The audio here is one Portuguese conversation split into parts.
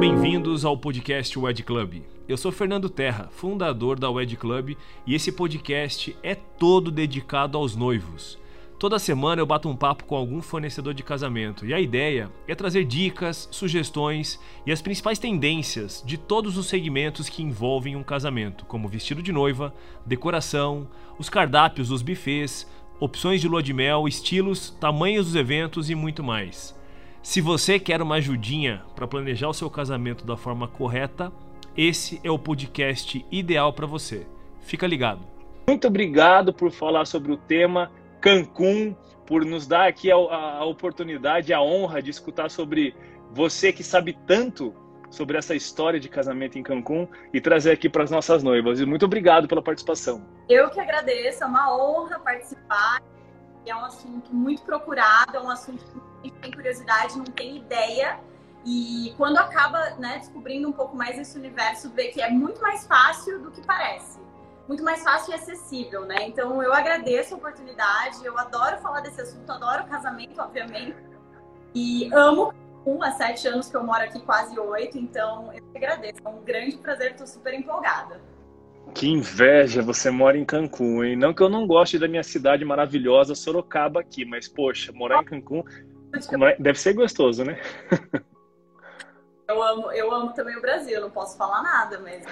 bem-vindos ao podcast Wed Club. Eu sou Fernando Terra, fundador da Wed Club, e esse podcast é todo dedicado aos noivos. Toda semana eu bato um papo com algum fornecedor de casamento e a ideia é trazer dicas, sugestões e as principais tendências de todos os segmentos que envolvem um casamento, como vestido de noiva, decoração, os cardápios dos buffets, opções de lua de mel, estilos, tamanhos dos eventos e muito mais. Se você quer uma ajudinha para planejar o seu casamento da forma correta, esse é o podcast ideal para você. Fica ligado. Muito obrigado por falar sobre o tema Cancún, por nos dar aqui a oportunidade, a honra de escutar sobre você que sabe tanto sobre essa história de casamento em Cancún e trazer aqui para as nossas noivas. E muito obrigado pela participação. Eu que agradeço, é uma honra participar. É um assunto muito procurado, é um assunto que a gente tem curiosidade, não tem ideia. E quando acaba, descobrindo um pouco mais esse universo, vê que é muito mais fácil do que parece. Muito mais fácil e acessível, né? Então eu agradeço a oportunidade, eu adoro falar desse assunto, adoro casamento, obviamente. E amo Cancún, há 7 anos que eu moro aqui, quase 8, então eu agradeço. É um grande prazer, estou super empolgada. Que inveja, você mora em Cancún, hein? Não que eu não goste da minha cidade maravilhosa, Sorocaba aqui, mas poxa, morar em Cancún deve ser gostoso, né? Eu amo também o Brasil, não posso falar nada, mas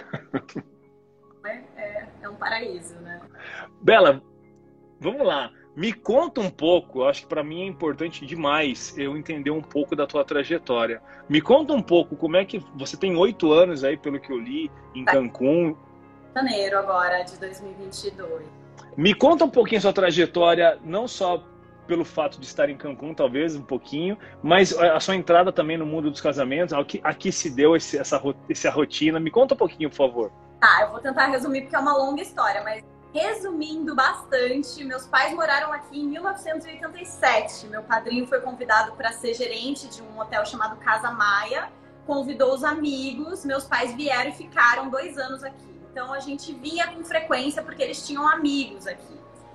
é um paraíso, né? Bela, vamos lá. Me conta um pouco, acho que para mim é importante demais eu entender um pouco da tua trajetória. Me conta um pouco como é que você tem 8 anos aí, pelo que eu li, em Cancún. Janeiro agora, de 2022. Me conta um pouquinho a sua trajetória, não só pelo fato de estar em Cancún, talvez, um pouquinho, mas a sua entrada também no mundo dos casamentos, aqui se deu essa rotina. Me conta um pouquinho, por favor. Eu vou tentar resumir porque é uma longa história, mas resumindo bastante, meus pais moraram aqui em 1987. Meu padrinho foi convidado para ser gerente de um hotel chamado Casa Maia, convidou os amigos, meus pais vieram e ficaram 2 anos aqui. Então a gente vinha com frequência porque eles tinham amigos aqui.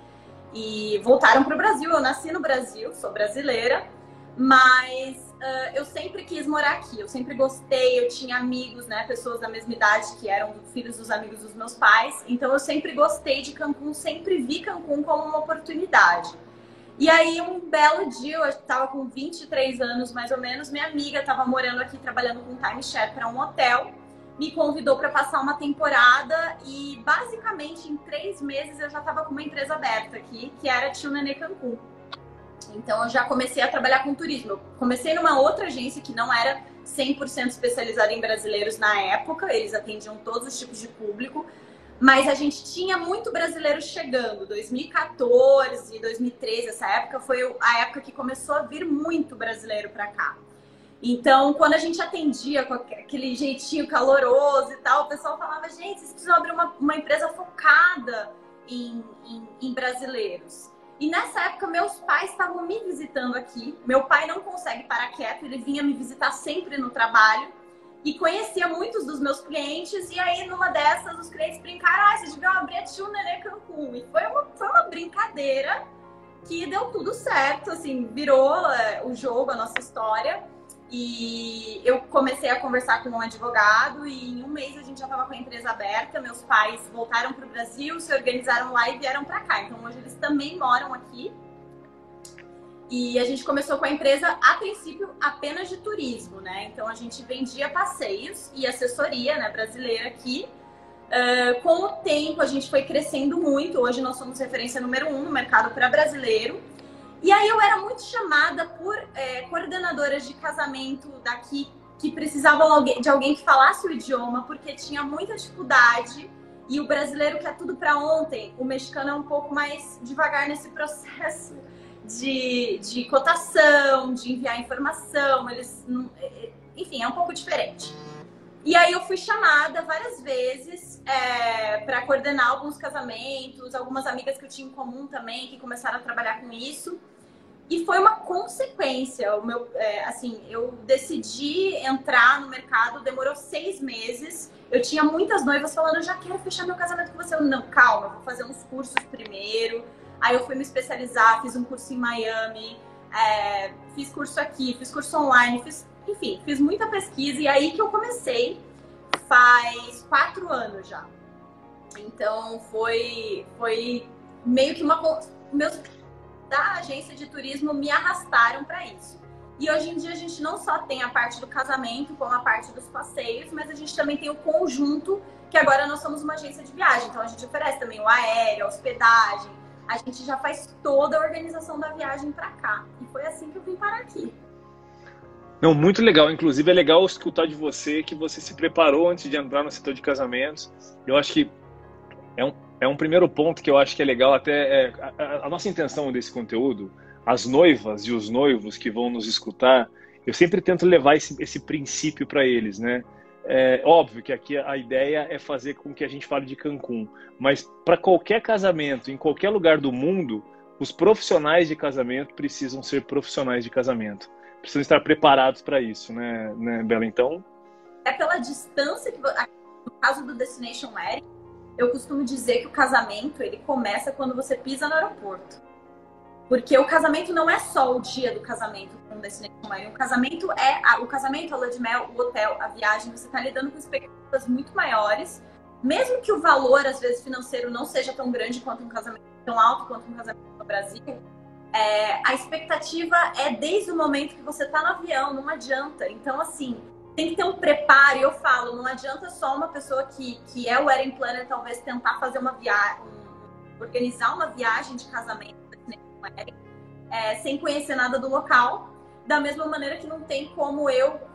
E voltaram para o Brasil. Eu nasci no Brasil, sou brasileira, mas eu sempre quis morar aqui. Eu sempre gostei, eu tinha amigos, pessoas da mesma idade que eram filhos dos amigos dos meus pais. Então eu sempre gostei de Cancún, sempre vi Cancún como uma oportunidade. E aí um belo dia, eu estava com 23 anos mais ou menos, minha amiga estava morando aqui, trabalhando com timeshare para um hotel. Me convidou para passar uma temporada e basicamente em 3 meses eu já estava com uma empresa aberta aqui, que era Tio Nenê Cancún. Então eu já comecei a trabalhar com turismo. Eu comecei numa outra agência que não era 100% especializada em brasileiros na época, eles atendiam todos os tipos de público, mas a gente tinha muito brasileiro chegando. 2014, 2013, essa época foi a época que começou a vir muito brasileiro para cá. Então, quando a gente atendia com aquele jeitinho caloroso e tal, o pessoal falava, gente, vocês precisam abrir uma empresa focada em brasileiros. E nessa época, meus pais estavam me visitando aqui. Meu pai não consegue parar quieto, ele vinha me visitar sempre no trabalho e conhecia muitos dos meus clientes. E aí, numa dessas, os clientes brincaram, vocês deviam abrir a Tio Nenê Cancún. E foi uma brincadeira que deu tudo certo, assim, virou o jogo, a nossa história. E eu comecei a conversar com um advogado e em 1 mês a gente já estava com a empresa aberta. Meus pais voltaram para o Brasil, se organizaram lá e vieram para cá. Então hoje eles também moram aqui. E a gente começou com a empresa, a princípio, apenas de turismo, Então a gente vendia passeios e assessoria, brasileira aqui. Com o tempo a gente foi crescendo muito. Hoje nós somos referência número 1 no mercado para brasileiro. E aí eu era muito chamada por coordenadoras de casamento daqui que precisavam de alguém que falasse o idioma, porque tinha muita dificuldade. E o brasileiro quer tudo para ontem. O mexicano é um pouco mais devagar nesse processo de cotação, de enviar informação. Enfim, é um pouco diferente. E aí eu fui chamada várias vezes para coordenar alguns casamentos, algumas amigas que eu tinha em comum também, que começaram a trabalhar com isso. E foi uma consequência. Eu decidi entrar no mercado, demorou 6 meses. Eu tinha muitas noivas falando, eu já quero fechar meu casamento com você. Eu, não, calma, vou fazer uns cursos primeiro. Aí eu fui me especializar, fiz um curso em Miami, fiz curso aqui, fiz curso online, fiz enfim, fiz muita pesquisa e aí que eu comecei faz 4 anos já. Então foi meio que meus da agência de turismo me arrastaram para isso. E hoje em dia a gente não só tem a parte do casamento, como a parte dos passeios, mas a gente também tem o conjunto, que agora nós somos uma agência de viagem. Então a gente oferece também o aéreo, a hospedagem, a gente já faz toda a organização da viagem para cá. E foi assim que eu vim parar aqui. Não, muito legal. Inclusive é legal escutar de você que você se preparou antes de entrar no setor de casamentos. Eu acho que é um primeiro ponto que eu acho que é legal, até a nossa intenção desse conteúdo, as noivas e os noivos que vão nos escutar, eu sempre tento levar esse princípio para eles, né? É óbvio que aqui a ideia é fazer com que a gente fale de Cancún, mas para qualquer casamento, em qualquer lugar do mundo, os profissionais de casamento precisam ser profissionais de casamento. Precisam estar preparados para isso, né, Bela? Então... É pela distância que... No caso do Destination Wedding, eu costumo dizer que o casamento, ele começa quando você pisa no aeroporto. Porque o casamento não é só o dia do casamento com o Destination Wedding. O casamento, a lua de mel, o hotel, a viagem. Você está lidando com expectativas muito maiores. Mesmo que o valor, às vezes, financeiro não seja tão grande quanto um casamento, tão alto quanto um casamento no Brasil, a expectativa é desde o momento que você está no avião, não adianta. Então, assim... Tem que ter um preparo, e eu falo, não adianta só uma pessoa que é o wedding planner talvez tentar fazer uma viagem, organizar uma viagem de casamento sem conhecer nada do local, da mesma maneira que não tem como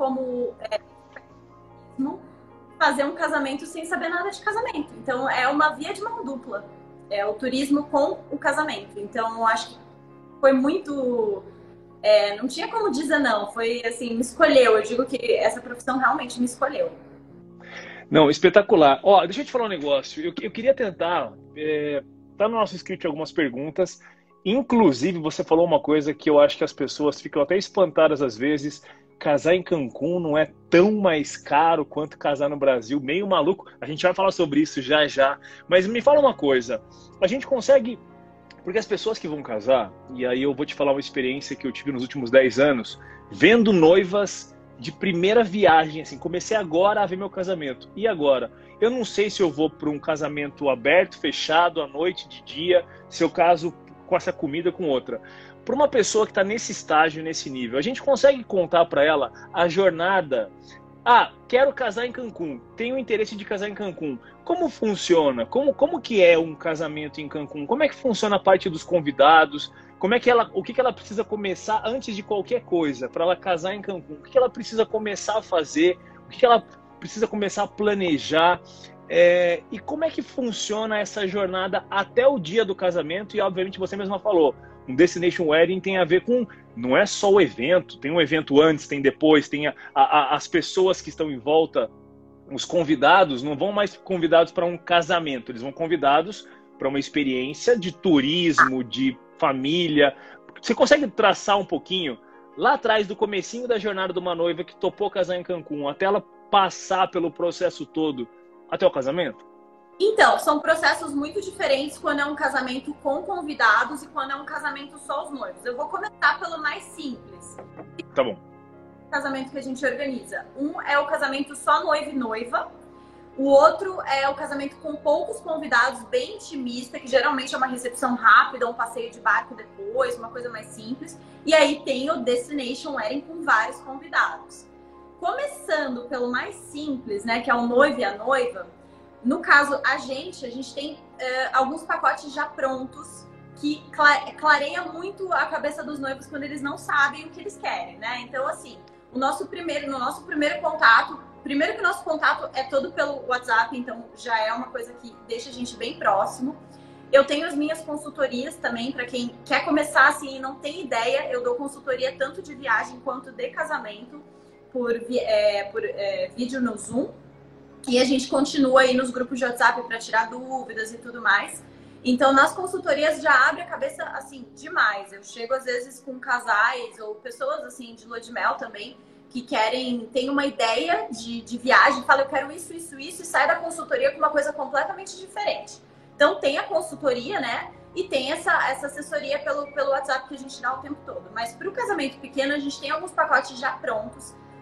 fazer um casamento sem saber nada de casamento. Então é uma via de mão dupla, é o turismo com o casamento. Então eu acho que foi muito... não tinha como dizer não, foi assim, me escolheu. Eu digo que essa profissão realmente me escolheu. Não, espetacular. Ó, deixa eu te falar um negócio. Eu queria tentar... tá no nosso script algumas perguntas. Inclusive, você falou uma coisa que eu acho que as pessoas ficam até espantadas às vezes. Casar em Cancún não é tão mais caro quanto casar no Brasil. Meio maluco. A gente vai falar sobre isso já já. Mas me fala uma coisa. A gente consegue... Porque as pessoas que vão casar, e aí eu vou te falar uma experiência que eu tive nos últimos 10 anos, vendo noivas de primeira viagem, assim, comecei agora a ver meu casamento. E agora? Eu não sei se eu vou para um casamento aberto, fechado, à noite, de dia, se eu caso com essa comida, com outra. Para uma pessoa que está nesse estágio, nesse nível, a gente consegue contar para ela a jornada... quero casar em Cancún, tenho interesse de casar em Cancún. Como funciona? Como que é um casamento em Cancún? Como é que funciona a parte dos convidados? O que ela precisa começar antes de qualquer coisa para ela casar em Cancún? O que ela precisa começar a fazer? O que ela precisa começar a planejar? E como é que funciona essa jornada até o dia do casamento? E obviamente você mesma falou, um Destination Wedding tem a ver com... Não é só o evento, tem um evento antes, tem depois, tem as pessoas que estão em volta, os convidados não vão mais convidados para um casamento, eles vão convidados para uma experiência de turismo, de família. Você consegue traçar um pouquinho lá atrás do comecinho da jornada de uma noiva que topou casar em Cancún, até ela passar pelo processo todo até o casamento? Então, são processos muito diferentes quando é um casamento com convidados e quando é um casamento só os noivos. Eu vou começar pelo mais simples. Tá bom. Casamento que a gente organiza. Um é o casamento só noivo e noiva. O outro é o casamento com poucos convidados, bem intimista, que geralmente é uma recepção rápida, um passeio de barco depois, uma coisa mais simples. E aí tem o Destination Wedding com vários convidados. Começando pelo mais simples, né, que é o noivo e a noiva. No caso, a gente tem alguns pacotes já prontos que clareia muito a cabeça dos noivos quando eles não sabem o que eles querem, né? Então, assim, no nosso primeiro contato, primeiro que o nosso contato é todo pelo WhatsApp, então já é uma coisa que deixa a gente bem próximo. Eu tenho as minhas consultorias também, para quem quer começar assim e não tem ideia, eu dou consultoria tanto de viagem quanto de casamento por vídeo no Zoom. E a gente continua aí nos grupos de WhatsApp para tirar dúvidas e tudo mais. Então, nas consultorias já abre a cabeça, assim, demais. Eu chego, às vezes, com casais ou pessoas, assim, de lua de mel também, que tem uma ideia de viagem, fala, eu quero isso, isso, isso, e sai da consultoria com uma coisa completamente diferente. Então, tem a consultoria, né? E tem essa assessoria pelo WhatsApp que a gente dá o tempo todo. Mas para o casamento pequeno, a gente tem alguns pacotes já prontos.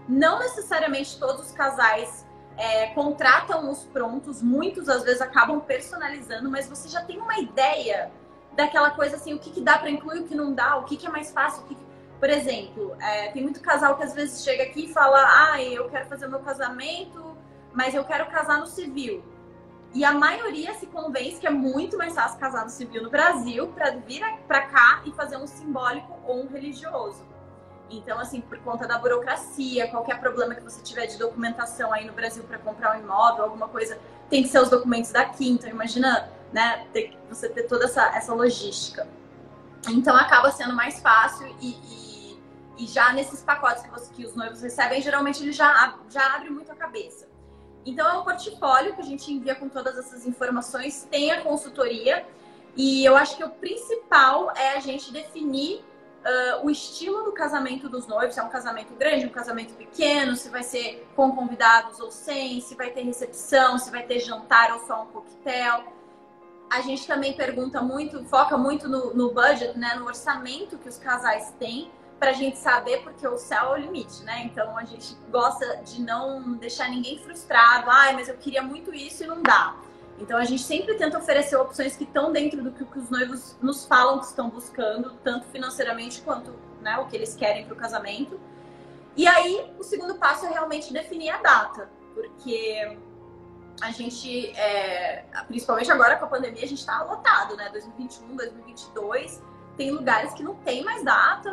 Não necessariamente todos os casais contratam os prontos, muitos às vezes acabam personalizando, mas você já tem uma ideia daquela coisa assim, o que dá para incluir, o que não dá, o que é mais fácil, Por exemplo, tem muito casal que às vezes chega aqui e fala, eu quero fazer o meu casamento, mas eu quero casar no civil. E a maioria se convence que é muito mais fácil casar no civil no Brasil para vir para cá e fazer um simbólico ou um religioso. Então, assim, por conta da burocracia, qualquer problema que você tiver de documentação aí no Brasil para comprar um imóvel, alguma coisa, tem que ser os documentos daqui. Então, imagina, né, você ter toda essa logística. Então, acaba sendo mais fácil e já nesses pacotes que os noivos recebem, geralmente ele já abre muito a cabeça. Então, é um portfólio que a gente envia com todas essas informações, tem a consultoria e eu acho que o principal é a gente definir o estilo do casamento dos noivos, se é um casamento grande, um casamento pequeno, se vai ser com convidados ou sem, se vai ter recepção, se vai ter jantar ou só um coquetel. A gente também pergunta muito, foca muito no budget, né, no orçamento que os casais têm, pra gente saber, porque o céu é o limite, né? Então a gente gosta de não deixar ninguém frustrado, mas eu queria muito isso e não dá. Então a gente sempre tenta oferecer opções que estão dentro do que os noivos nos falam que estão buscando, tanto financeiramente quanto, né, o que eles querem para o casamento. E aí o segundo passo é realmente definir a data, porque a gente, principalmente agora com a pandemia, a gente está lotado, né? 2021, 2022, tem lugares que não tem mais data,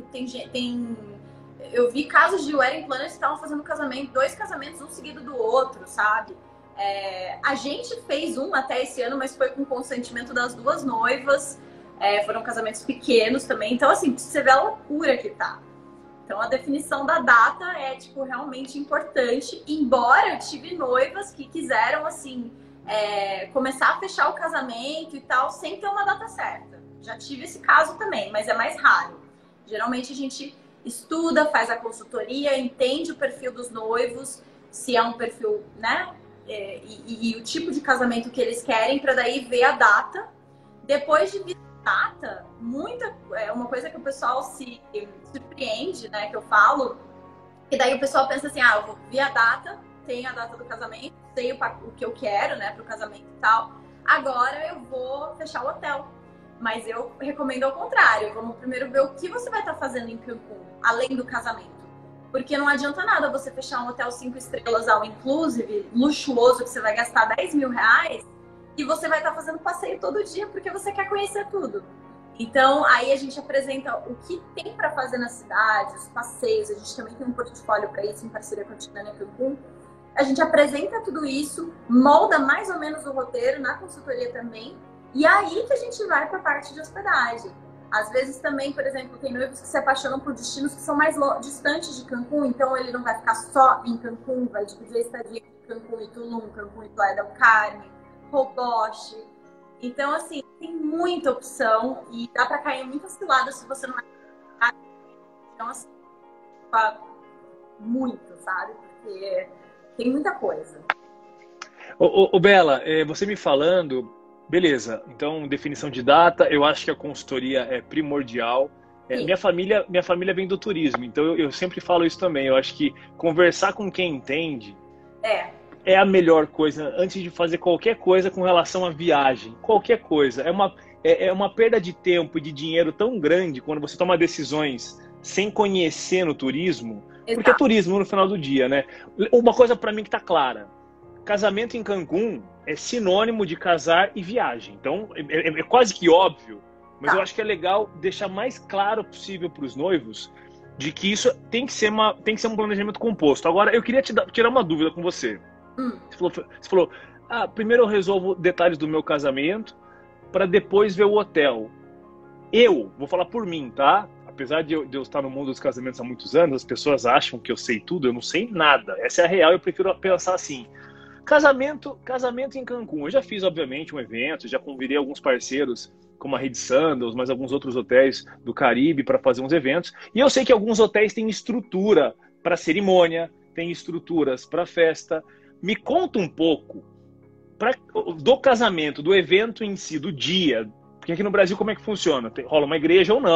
eu vi casos de wedding planners que estavam fazendo dois casamentos um seguido do outro, sabe? A gente fez um até esse ano, mas foi com consentimento das duas noivas. Foram casamentos pequenos também. Então, assim, você vê a loucura que tá. Então, a definição da data é, realmente importante. Embora eu tive noivas que quiseram, assim, começar a fechar o casamento e tal, sem ter uma data certa. Já tive esse caso também, mas é mais raro. Geralmente, a gente estuda, faz a consultoria, entende o perfil dos noivos, se é um perfil, né? E o tipo de casamento que eles querem, para daí ver a data. Depois de ver a data, uma coisa que o pessoal se surpreende, né, que eu falo, e daí o pessoal pensa assim, eu vou ver a data, tenho a data do casamento, sei o que eu quero, né, pro casamento e tal, agora eu vou fechar o hotel. Mas eu recomendo ao contrário, vamos primeiro ver o que você vai estar fazendo em Cancún, além do casamento. Porque não adianta nada você fechar um hotel 5 estrelas all inclusive, luxuoso, que você vai gastar 10 mil reais, e você vai estar fazendo passeio todo dia porque você quer conhecer tudo. Então, aí a gente apresenta o que tem para fazer na cidade, os passeios, a gente também tem um portfólio para isso, em parceria com a Ticânia Cancún. A gente apresenta tudo isso, molda mais ou menos o roteiro, na consultoria também, e aí que a gente vai para a parte de hospedagem. Às vezes também, por exemplo, tem noivos que se apaixonam por destinos que são mais distantes de Cancún, então ele não vai ficar só em Cancún, vai dividir a estadia em Cancún e Tulum, Cancún e Playa del Carmen, Roboche. Então, assim, tem muita opção e dá para cair muitas ciladas se você não é. Então, assim, muito, sabe? Porque tem muita coisa. Ô Bela, você me falando... Beleza, então definição de data, eu acho que a consultoria é primordial. Minha família vem do turismo, então eu sempre falo isso também. Eu acho que conversar com quem entende é a melhor coisa antes de fazer qualquer coisa com relação à viagem. Qualquer coisa. É uma perda de tempo e de dinheiro tão grande quando você toma decisões sem conhecer no turismo. Exato. Porque é turismo no final do dia, né? Uma coisa para mim que tá clara. Casamento em Cancún é sinônimo de casar e viagem. Então, é quase que óbvio, mas eu acho que é legal deixar mais claro possível para os noivos de que isso tem que ser um planejamento composto. Agora, eu queria tirar uma dúvida com você. Você falou, primeiro eu resolvo detalhes do meu casamento para depois ver o hotel. Eu vou falar por mim, tá? Apesar de eu estar no mundo dos casamentos há muitos anos, as pessoas acham que eu sei tudo, eu não sei nada. Essa é a real, eu prefiro pensar assim. Casamento em Cancún. Eu já fiz, obviamente, um evento, já convidei alguns parceiros, como a Rede Sandals, mas alguns outros hotéis do Caribe para fazer uns eventos. E eu sei que alguns hotéis têm estrutura para cerimônia, têm estruturas para festa. Me conta um pouco do casamento, do evento em si, do dia. Porque aqui no Brasil, como é que funciona? Rola uma igreja ou não,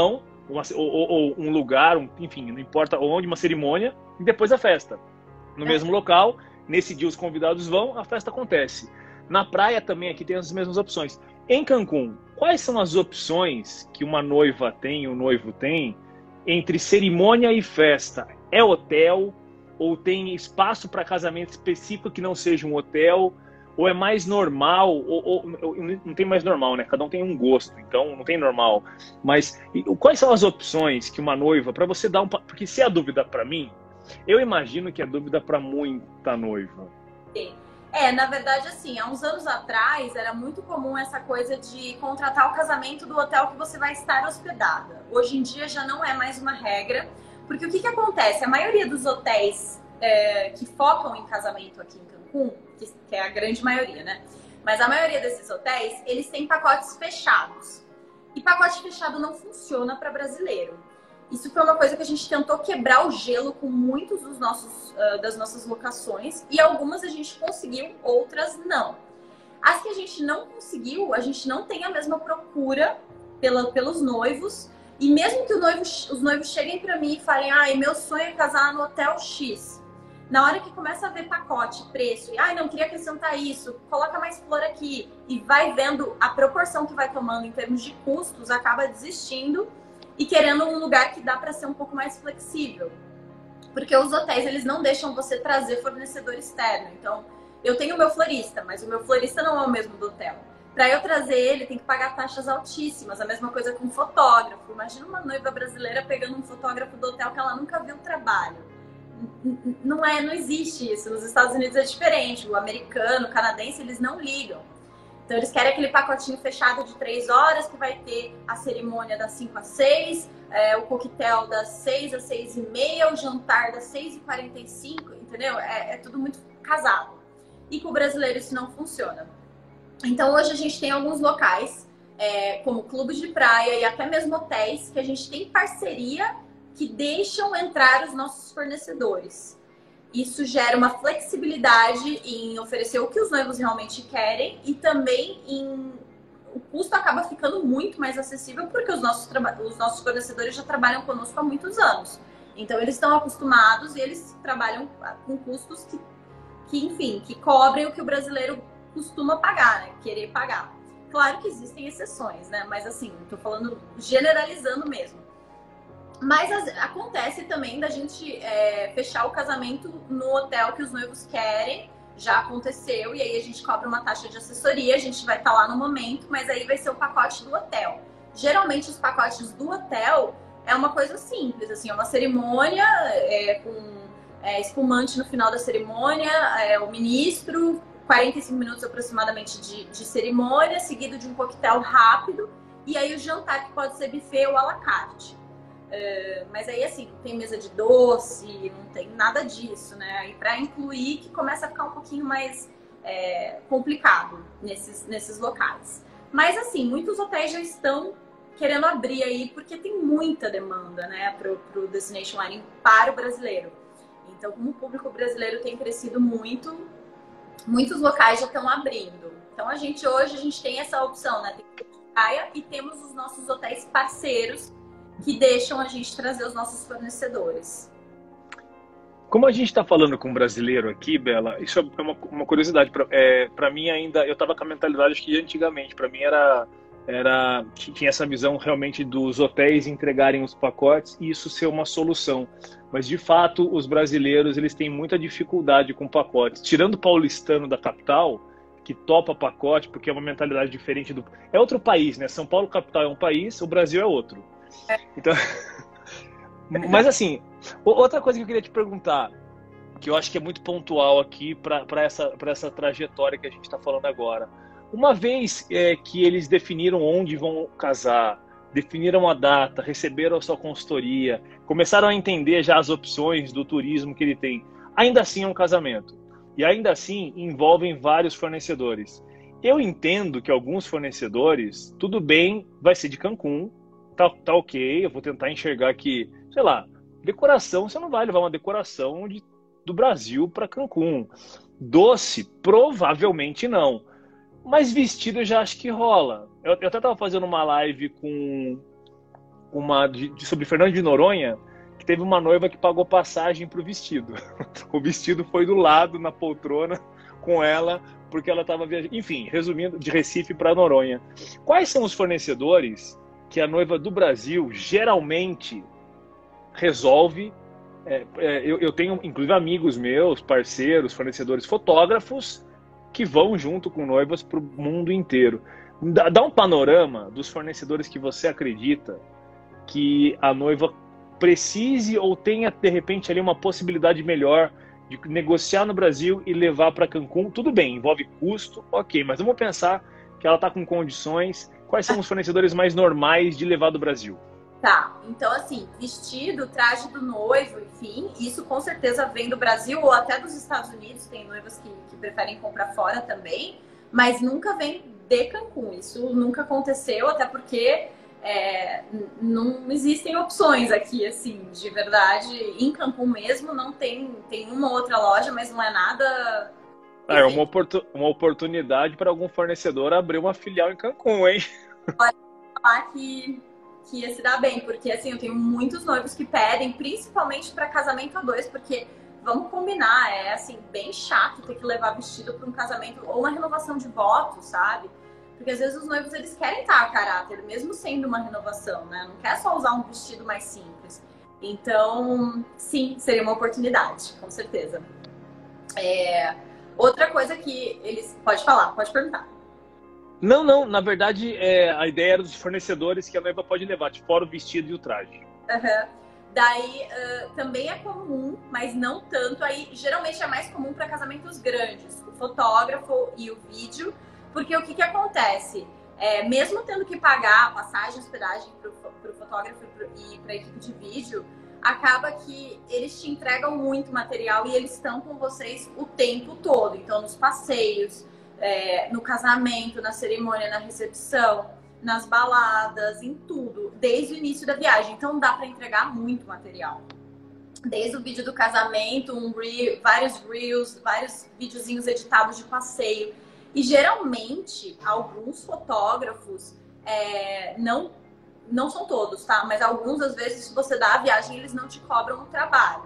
ou um lugar, enfim, não importa onde, uma cerimônia, e depois a festa. No mesmo local, nesse dia os convidados vão, a festa acontece. Na praia também aqui tem as mesmas opções. Em Cancún, quais são as opções que uma noiva tem, um noivo tem, entre cerimônia e festa? É hotel? Ou tem espaço para casamento específico que não seja um hotel? Ou é mais normal? Ou não tem mais normal, né? Cada um tem um gosto, então não tem normal. Mas quais são as opções que uma noiva, para você dar um... Porque se é a dúvida para mim, eu imagino que é dúvida para muita noiva. Sim. Na verdade, assim, há uns anos atrás era muito comum essa coisa de contratar o casamento do hotel que você vai estar hospedada. Hoje em dia já não é mais uma regra, porque o que acontece? A maioria dos hotéis que focam em casamento aqui em Cancún, que é a grande maioria, né? Mas a maioria desses hotéis, eles têm pacotes fechados. E pacote fechado não funciona para brasileiro. Isso foi uma coisa que a gente tentou quebrar o gelo com muitos das nossas locações, e algumas a gente conseguiu, outras não. As que a gente não conseguiu, a gente não tem a mesma procura pelos noivos, e mesmo que os noivos cheguem para mim e falem, meu sonho é casar no Hotel X. Na hora que começa a ver pacote, preço, e não queria acrescentar isso, coloca mais flor aqui, e vai vendo a proporção que vai tomando em termos de custos, acaba desistindo e querendo um lugar que dá para ser um pouco mais flexível. Porque os hotéis, eles não deixam você trazer fornecedor externo. Então, eu tenho o meu florista, mas o meu florista não é o mesmo do hotel. Para eu trazer ele, tem que pagar taxas altíssimas. A mesma coisa com fotógrafo. Imagina uma noiva brasileira pegando um fotógrafo do hotel que ela nunca viu o trabalho. Não existe isso. Nos Estados Unidos é diferente. O americano, o canadense, eles não ligam. Então, eles querem aquele pacotinho fechado de 3 horas, que vai ter a cerimônia das 5 às 6, o coquetel das 6 às 6h30, o jantar das 6h45, entendeu? É tudo muito casado. E com o brasileiro isso não funciona. Então, hoje a gente tem alguns locais, como clubes de praia e até mesmo hotéis, que a gente tem parceria que deixam entrar os nossos fornecedores. Isso gera uma flexibilidade em oferecer o que os noivos realmente querem e também o custo acaba ficando muito mais acessível porque os nossos fornecedores já trabalham conosco há muitos anos. Então, eles estão acostumados e eles trabalham com custos que cobrem o que o brasileiro costuma pagar, né? Querer pagar. Claro que existem exceções, né? Mas assim, estou falando generalizando mesmo. Mas acontece também da gente fechar o casamento no hotel que os noivos querem. Já aconteceu, e aí a gente cobra uma taxa de assessoria, a gente vai estar lá no momento, mas aí vai ser o pacote do hotel. Geralmente os pacotes do hotel é uma coisa simples, assim, é uma cerimônia com espumante no final da cerimônia, o ministro, 45 minutos aproximadamente de cerimônia, seguido de um coquetel rápido, e aí o jantar que pode ser buffet ou à la carte. Mas aí, assim, não tem mesa de doce, não tem nada disso, né? Aí para incluir que começa a ficar um pouquinho mais complicado nesses locais. Mas, assim, muitos hotéis já estão querendo abrir aí porque tem muita demanda, né, pro Destination Wedding para o brasileiro. Então, como o público brasileiro tem crescido muito, muitos locais já estão abrindo. Então, hoje a gente tem essa opção, né? Tem praia e temos os nossos hotéis parceiros que deixam a gente trazer os nossos fornecedores. Como a gente está falando com um brasileiro aqui, Bela, isso é uma curiosidade. Para mim ainda, eu estava com a mentalidade acho que antigamente, para mim era que tinha essa visão realmente dos hotéis entregarem os pacotes e isso ser uma solução. Mas de fato, os brasileiros eles têm muita dificuldade com pacotes. Tirando o paulistano da capital, que topa pacote, porque é uma mentalidade diferente do... É outro país, né? São Paulo capital é um país, o Brasil é outro. Então, mas assim, outra coisa que eu queria te perguntar, que eu acho que é muito pontual aqui para essa trajetória que a gente está falando agora. Uma vez que eles definiram onde vão casar, definiram a data, receberam a sua consultoria, começaram a entender já as opções do turismo que ele tem, ainda assim é um casamento. E ainda assim envolvem vários fornecedores. Eu entendo que alguns fornecedores, tudo bem, vai ser de Cancún, tá ok, eu vou tentar enxergar que, sei lá, decoração, você não vai levar uma decoração do Brasil para Cancún. Doce, provavelmente não. Mas vestido eu já acho que rola. Eu até estava fazendo uma live com sobre Fernando de Noronha, que teve uma noiva que pagou passagem para o vestido. O vestido foi do lado, na poltrona, com ela, porque ela estava viajando. Enfim, resumindo, de Recife para Noronha. Quais são os fornecedores que a noiva do Brasil geralmente resolve? Eu tenho, inclusive, amigos meus, parceiros, fornecedores, fotógrafos, que vão junto com noivas para o mundo inteiro. Dá um panorama dos fornecedores que você acredita que a noiva precise ou tenha, de repente, ali uma possibilidade melhor de negociar no Brasil e levar para Cancún. Tudo bem, envolve custo, ok, mas vamos pensar que ela está com condições. Quais são os fornecedores mais normais de levar do Brasil? Tá, então assim, vestido, traje do noivo, enfim, isso com certeza vem do Brasil ou até dos Estados Unidos, tem noivas que preferem comprar fora também, mas nunca vem de Cancún, isso nunca aconteceu, até porque não existem opções aqui, assim, de verdade, em Cancún mesmo não tem uma outra loja, mas não é nada... É uma oportunidade para algum fornecedor abrir uma filial em Cancún, hein? Pode falar que ia se dar bem, porque assim, eu tenho muitos noivos que pedem, principalmente para casamento a dois, porque vamos combinar, é assim, bem chato ter que levar vestido para um casamento ou uma renovação de votos, sabe? Porque às vezes os noivos, eles querem estar a caráter, mesmo sendo uma renovação, né? Não quer só usar um vestido mais simples. Então, sim, seria uma oportunidade, com certeza. Outra coisa que eles... Pode falar, pode perguntar. Não, na verdade, a ideia era dos fornecedores que a noiva pode levar, tipo, fora o vestido e o traje. Uhum. Daí, também é comum, mas não tanto. Aí, geralmente é mais comum para casamentos grandes, o fotógrafo e o vídeo, porque o que acontece? Mesmo tendo que pagar passagem, hospedagem para o fotógrafo e para a equipe de vídeo, acaba que eles te entregam muito material e eles estão com vocês o tempo todo. Então, nos passeios, no casamento, na cerimônia, na recepção, nas baladas, em tudo, desde o início da viagem. Então dá para entregar muito material. Desde o vídeo do casamento, vários reels, vários videozinhos editados de passeio. E geralmente, alguns fotógrafos, não são todos, tá? Mas alguns, às vezes, se você dá a viagem, eles não te cobram o trabalho.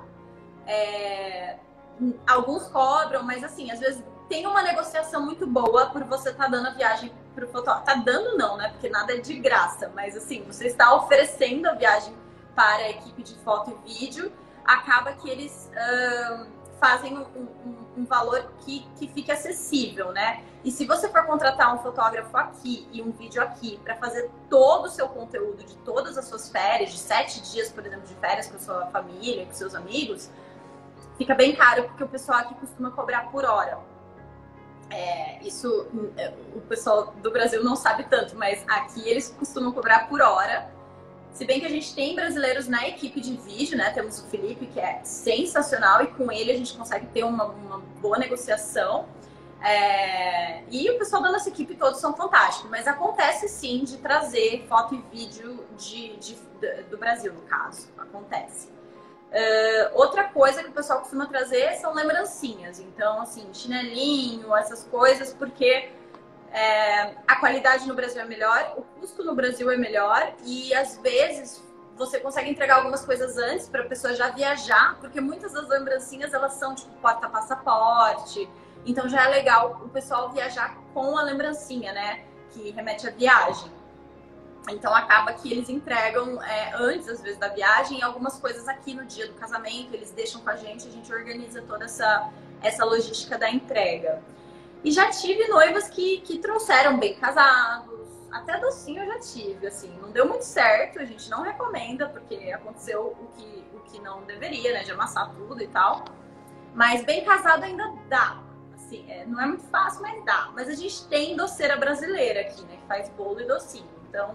Alguns cobram, mas assim, às vezes tem uma negociação muito boa por você estar dando a viagem para o fotógrafo. Tá dando não, né? Porque nada é de graça. Mas assim, você está oferecendo a viagem para a equipe de foto e vídeo. Acaba que eles fazem um valor que fique acessível, né? E se você for contratar um fotógrafo aqui e um vídeo aqui para fazer todo o seu conteúdo de todas as suas férias, de 7 dias, por exemplo, de férias com a sua família, com seus amigos, fica bem caro, porque o pessoal aqui costuma cobrar por hora. Isso o pessoal do Brasil não sabe tanto, mas aqui eles costumam cobrar por hora. Se bem que a gente tem brasileiros na equipe de vídeo, né? Temos o Felipe, que é sensacional, e com ele a gente consegue ter uma boa negociação. E o pessoal da nossa equipe todos são fantásticos, mas acontece sim de trazer foto e vídeo do Brasil, no caso. Acontece. Outra coisa que o pessoal costuma trazer são lembrancinhas. Então, assim, chinelinho, essas coisas, porque a qualidade no Brasil é melhor, o custo no Brasil é melhor e, às vezes, você consegue entregar algumas coisas antes para a pessoa já viajar, porque muitas das lembrancinhas, elas são, tipo, porta-passaporte. Então, já é legal o pessoal viajar com a lembrancinha, né? Que remete à viagem. Então acaba que eles entregam antes, às vezes, da viagem, algumas coisas aqui no dia do casamento, eles deixam com a gente organiza toda essa logística da entrega. E já tive noivas que trouxeram bem casados, até docinho eu já tive, assim, não deu muito certo, a gente não recomenda, porque aconteceu o que não deveria, né, de amassar tudo e tal. Mas bem casado ainda dá, assim, não é muito fácil, mas dá. Mas a gente tem doceira brasileira aqui, né, que faz bolo e docinho. Então,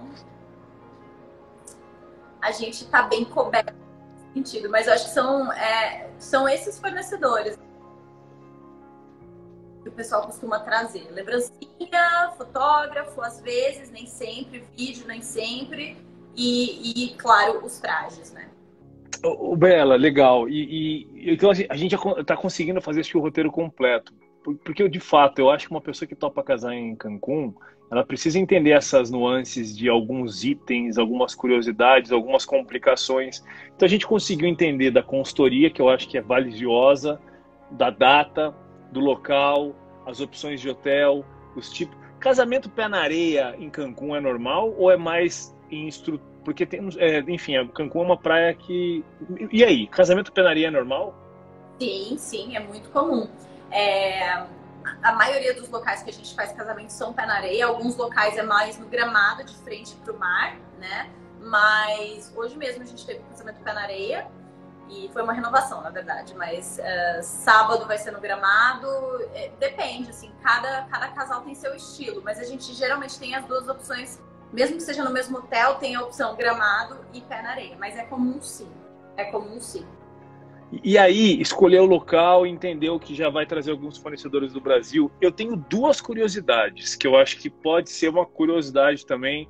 a gente tá bem coberto nesse sentido. Mas eu acho que são esses fornecedores que o pessoal costuma trazer. Lembrancinha, fotógrafo, às vezes, nem sempre, vídeo, nem sempre. E claro, os trajes, né? Bela, legal. Então a gente está conseguindo fazer esse roteiro completo. Porque, de fato, eu acho que uma pessoa que topa casar em Cancún, ela precisa entender essas nuances de alguns itens, algumas curiosidades, algumas complicações. Então, a gente conseguiu entender da consultoria, que eu acho que é valiosa, da data, do local, as opções de hotel, os tipos. Casamento pé na areia em Cancún é normal ou é mais em estrutura? Porque tem, enfim, Cancún é uma praia que... E aí, casamento pé na areia é normal? Sim, sim, é muito comum. A maioria dos locais que a gente faz casamento são pé na areia. Alguns locais é mais no gramado, de frente para o mar, né? Mas hoje mesmo a gente teve um casamento pé na areia e foi uma renovação, na verdade. Mas sábado vai ser no gramado. Depende, assim, cada casal tem seu estilo. Mas a gente geralmente tem as duas opções. Mesmo que seja no mesmo hotel, tem a opção gramado e pé na areia. Mas é comum sim. É comum sim. E aí, escolher o local e entender que já vai trazer alguns fornecedores do Brasil. Eu tenho duas curiosidades, que eu acho que pode ser uma curiosidade também.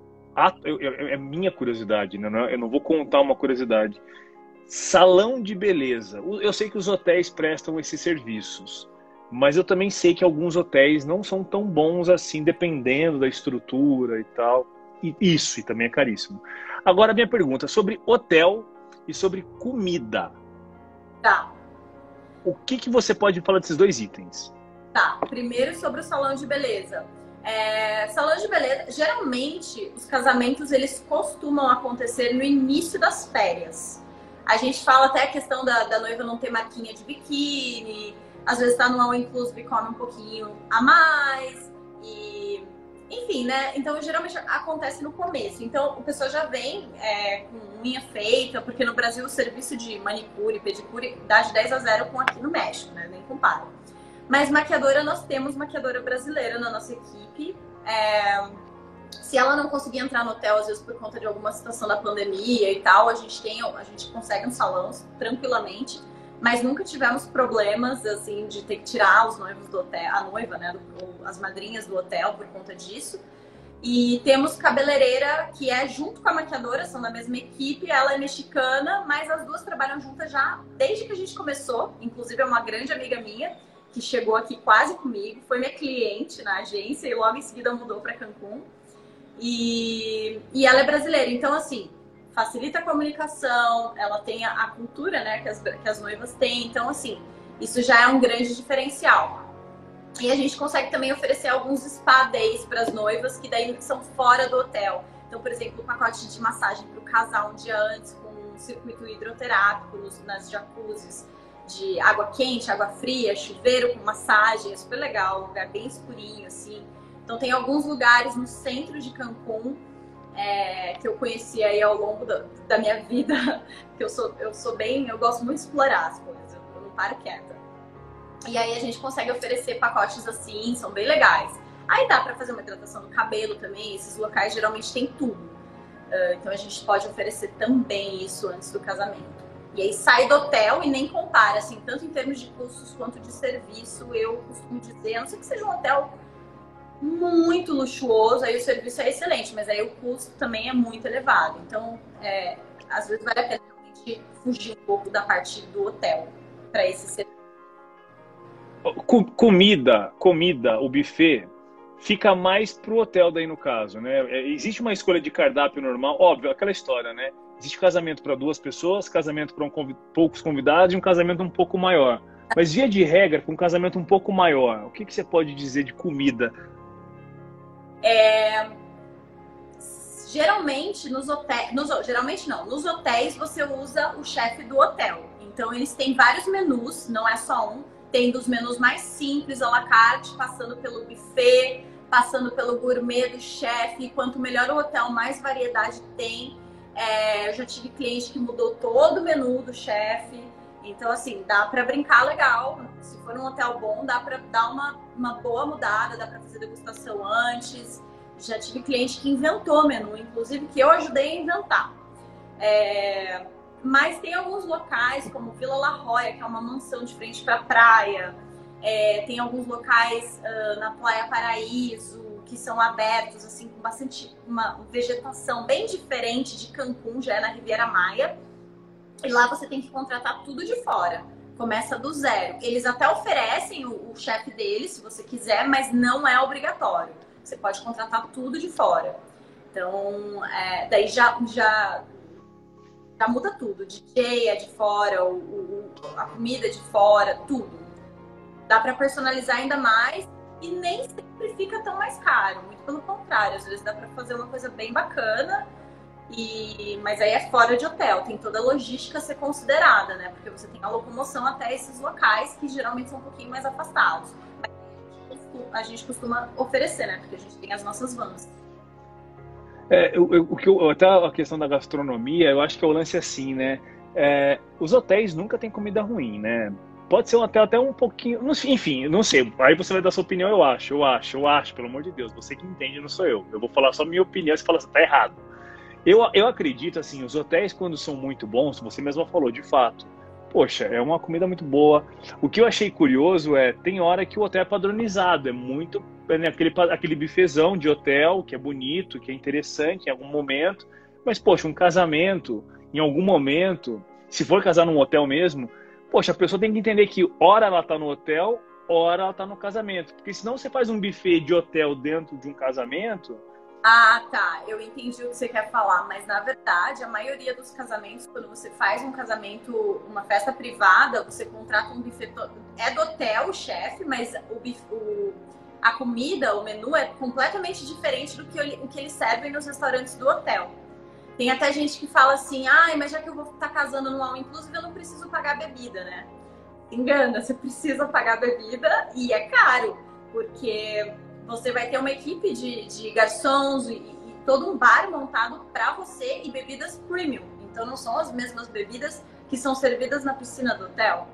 É minha curiosidade, né? Eu não vou contar uma curiosidade. Salão de beleza. Eu sei que os hotéis prestam esses serviços, mas eu também sei que alguns hotéis não são tão bons assim, dependendo da estrutura e tal. E também é caríssimo. Agora, minha pergunta sobre hotel e sobre comida. Tá. O que você pode falar desses dois itens? Tá. Primeiro sobre o salão de beleza. Salão de beleza, geralmente os casamentos eles costumam acontecer no início das férias. A gente fala até a questão da noiva não ter marquinha de biquíni, às vezes tá no all inclusive e come um pouquinho a mais, enfim, né? Então geralmente acontece no começo. Então o pessoal já vem com unha feita, porque no Brasil o serviço de manicure e pedicure dá de 10-0 com aqui no México, né? Nem compara. Mas maquiadora, nós temos maquiadora brasileira na nossa equipe. Se ela não conseguir entrar no hotel, às vezes por conta de alguma situação da pandemia e tal, a gente consegue um salão tranquilamente, mas nunca tivemos problemas assim de ter que tirar os noivos do hotel, a noiva, né, as madrinhas do hotel por conta disso. E temos cabeleireira que é junto com a maquiadora, são da mesma equipe, ela é mexicana, mas as duas trabalham juntas já desde que a gente começou. Inclusive é uma grande amiga minha que chegou aqui quase comigo, foi minha cliente na agência e logo em seguida mudou para Cancún. E ela é brasileira, então assim, facilita a comunicação, ela tem a cultura, né, que as noivas têm, então assim, isso já é um grande diferencial. E a gente consegue também oferecer alguns spa days para as noivas, que daí são fora do hotel. Então, por exemplo, um pacote de massagem para o casal um dia antes, com um circuito hidroterápico nas jacuzzis, de água quente, água fria, chuveiro com massagem, é super legal, um lugar bem escurinho, assim. Então tem alguns lugares no centro de Cancún que eu conheci aí ao longo da minha vida, que eu gosto muito de explorar as coisas, eu não paro quieta. E aí a gente consegue oferecer pacotes assim, são bem legais. Aí dá pra fazer uma hidratação do cabelo também, esses locais geralmente tem tudo. Então a gente pode oferecer também isso antes do casamento. E aí sai do hotel e nem compara, assim, tanto em termos de custos quanto de serviço, eu costumo dizer, a não ser que seja um hotel muito luxuoso, aí o serviço é excelente, mas aí o custo também é muito elevado. Então, às vezes vale a pena realmente fugir um pouco da parte do hotel para esse serviço. Comida, o buffet, fica mais pro hotel daí no caso, né? Existe uma escolha de cardápio normal, óbvio, aquela história, né? Existe casamento para 2 pessoas, casamento para poucos convidados e um casamento um pouco maior. Mas via de regra, com um casamento um pouco maior, o que você pode dizer de comida? Geralmente nos hotéis você usa o chefe do hotel. Então eles têm vários menus, não é só um. Tem dos menus mais simples, à la carte, passando pelo buffet, passando pelo gourmet do chefe. Quanto melhor o hotel, mais variedade tem. Eu já tive cliente que mudou todo o menu do chefe. Então, assim, dá pra brincar legal. Se for um hotel bom, dá pra dar uma boa mudada, dá pra fazer degustação antes. Já tive cliente que inventou menu, inclusive que eu ajudei a inventar. Mas tem alguns locais, como Vila La Jolla, que é uma mansão de frente pra praia. Tem alguns locais na Praia Paraíso, que são abertos, assim, com bastante uma vegetação bem diferente de Cancún, já é na Riviera Maya. E lá você tem que contratar tudo de fora. Começa do zero. Eles até oferecem o chefe dele, se você quiser, mas não é obrigatório. Você pode contratar tudo de fora. Então, daí já muda tudo. O DJ é de fora, a comida é de fora, tudo. Dá para personalizar ainda mais e nem sempre fica tão mais caro. Muito pelo contrário, às vezes dá para fazer uma coisa bem bacana. Mas aí é fora de hotel, tem toda a logística a ser considerada, né? Porque você tem a locomoção até esses locais que geralmente são um pouquinho mais afastados. Mas a gente costuma oferecer, né? Porque a gente tem as nossas vans. Até a questão da gastronomia, eu acho que é o lance assim, né? Os hotéis nunca têm comida ruim, né? Pode ser um hotel até um pouquinho... Enfim, não sei. Aí você vai dar sua opinião, eu acho, pelo amor de Deus. Você que entende, não sou eu. Eu vou falar só minha opinião, você fala assim, tá errado. Eu acredito, assim, os hotéis quando são muito bons, você mesma falou, de fato, poxa, é uma comida muito boa. O que eu achei curioso tem hora que o hotel é padronizado, é muito, né, aquele bifezão de hotel, que é bonito, que é interessante em algum momento, mas, poxa, um casamento, em algum momento, se for casar num hotel mesmo, poxa, a pessoa tem que entender que hora ela tá no hotel, hora ela tá no casamento, porque senão você faz um buffet de hotel dentro de um casamento... Ah, tá. Eu entendi o que você quer falar, mas na verdade, a maioria dos casamentos, quando você faz um casamento, uma festa privada, você contrata um buffet. É do hotel o chefe, mas a comida, o menu é completamente diferente do que o que eles servem nos restaurantes do hotel. Tem até gente que fala assim, mas já que eu vou estar casando no all inclusive, eu não preciso pagar bebida, né? Engana, você precisa pagar bebida e é caro, porque você vai ter uma equipe de garçons e todo um bar montado para você e bebidas premium. Então não são as mesmas bebidas que são servidas na piscina do hotel.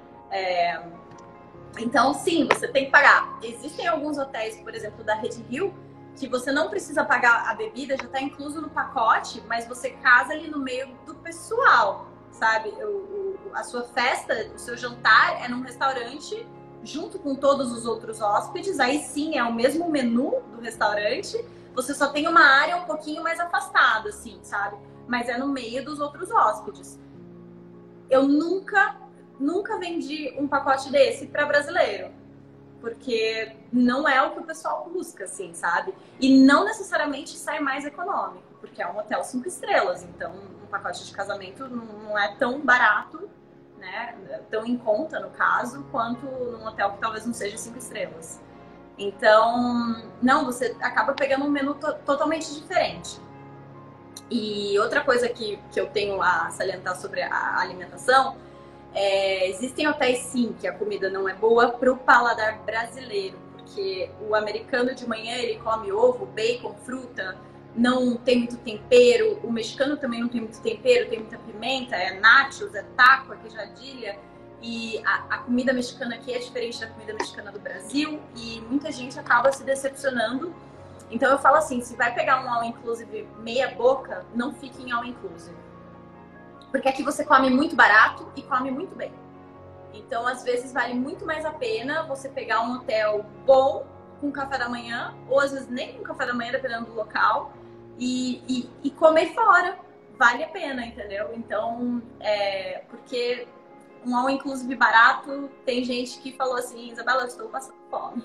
Então sim, você tem que pagar. Existem alguns hotéis, por exemplo, da Rede Rio, que você não precisa pagar a bebida, já está incluso no pacote, mas você casa ali no meio do pessoal, sabe? A sua festa, o seu jantar é num restaurante junto com todos os outros hóspedes, aí sim é o mesmo menu do restaurante, você só tem uma área um pouquinho mais afastada, assim, sabe? Mas é no meio dos outros hóspedes. Eu nunca vendi um pacote desse para brasileiro, porque não é o que o pessoal busca, assim, sabe? E não necessariamente sai mais econômico, porque é um hotel 5 estrelas, então um pacote de casamento não é tão barato, né, tão em conta, no caso, quanto num hotel que talvez não seja 5 estrelas. Então, não, você acaba pegando um menu totalmente diferente. E outra coisa que eu tenho a salientar sobre a alimentação, existem hotéis, sim, que a comida não é boa para o paladar brasileiro, porque o americano de manhã ele come ovo, bacon, fruta, não tem muito tempero, o mexicano também não tem muito tempero, tem muita pimenta, é nachos, é taco, é queijadilha, e a comida mexicana aqui é diferente da comida mexicana do Brasil, e muita gente acaba se decepcionando. Então eu falo assim, se vai pegar um all inclusive meia boca, não fique em all inclusive. Porque aqui você come muito barato e come muito bem. Então às vezes vale muito mais a pena você pegar um hotel bom, com café da manhã, ou às vezes nem com café da manhã, dependendo do local, e comer fora. Vale a pena, entendeu? Então, porque um all inclusive barato, tem gente que falou assim, Isabela, eu estou passando fome.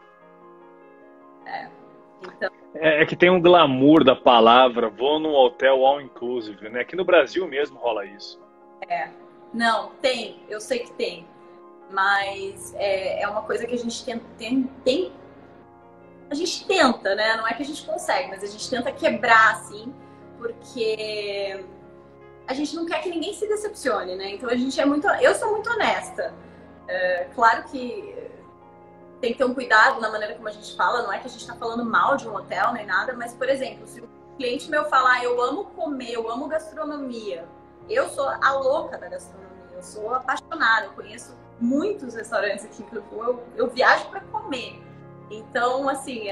Então... É que tem um glamour da palavra, vou num hotel all inclusive, né? Aqui no Brasil mesmo rola isso. Não, tem, eu sei que tem. Mas é uma coisa que a gente tem. A gente tenta, né? Não é que a gente consegue, mas a gente tenta quebrar, assim, porque a gente não quer que ninguém se decepcione, né? Então eu sou muito honesta. Claro que tem que ter um cuidado na maneira como a gente fala, não é que a gente tá falando mal de um hotel nem nada, mas, por exemplo, se o cliente meu falar, eu amo comer, eu amo gastronomia, eu sou a louca da gastronomia, eu sou apaixonada, eu conheço muitos restaurantes aqui que eu viajo para comer. Então, assim,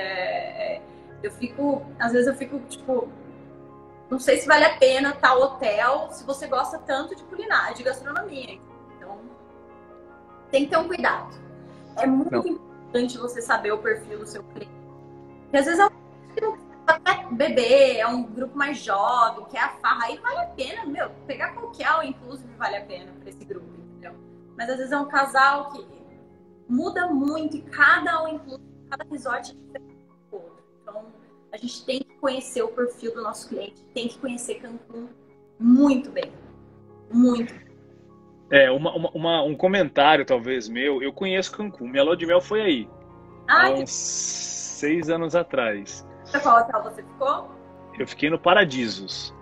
às vezes eu fico, tipo, não sei se vale a pena tal hotel se você gosta tanto de culinária, de gastronomia. Então, tem que ter um cuidado. É muito importante você saber o perfil do seu cliente. Porque às vezes é um cliente que não quer beber, é um grupo mais jovem, quer a farra, aí vale a pena, pegar qualquer, inclusive, vale a pena para esse grupo, entendeu? Mas às vezes é um casal que muda muito e cada all inclusive, cada resort é diferente do outro. Então, a gente tem que conhecer o perfil do nosso cliente, tem que conhecer Cancún muito bem. Muito. Um comentário, talvez, meu. Eu conheço Cancún. Minha lua de mel foi aí. Há uns 6 anos atrás. Pra qual hotel você ficou? Eu fiquei no Paradisos.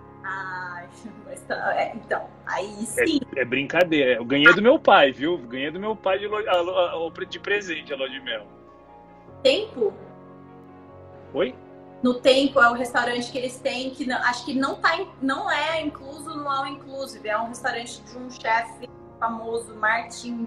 Então, aí sim. É brincadeira. Eu ganhei do meu pai, viu? Ganhei do meu pai de presente a lua de mel. Tempo? Oi? No Tempo é o restaurante que eles têm, que acho que não é incluso no All Inclusive. É um restaurante de um chefe famoso, Martin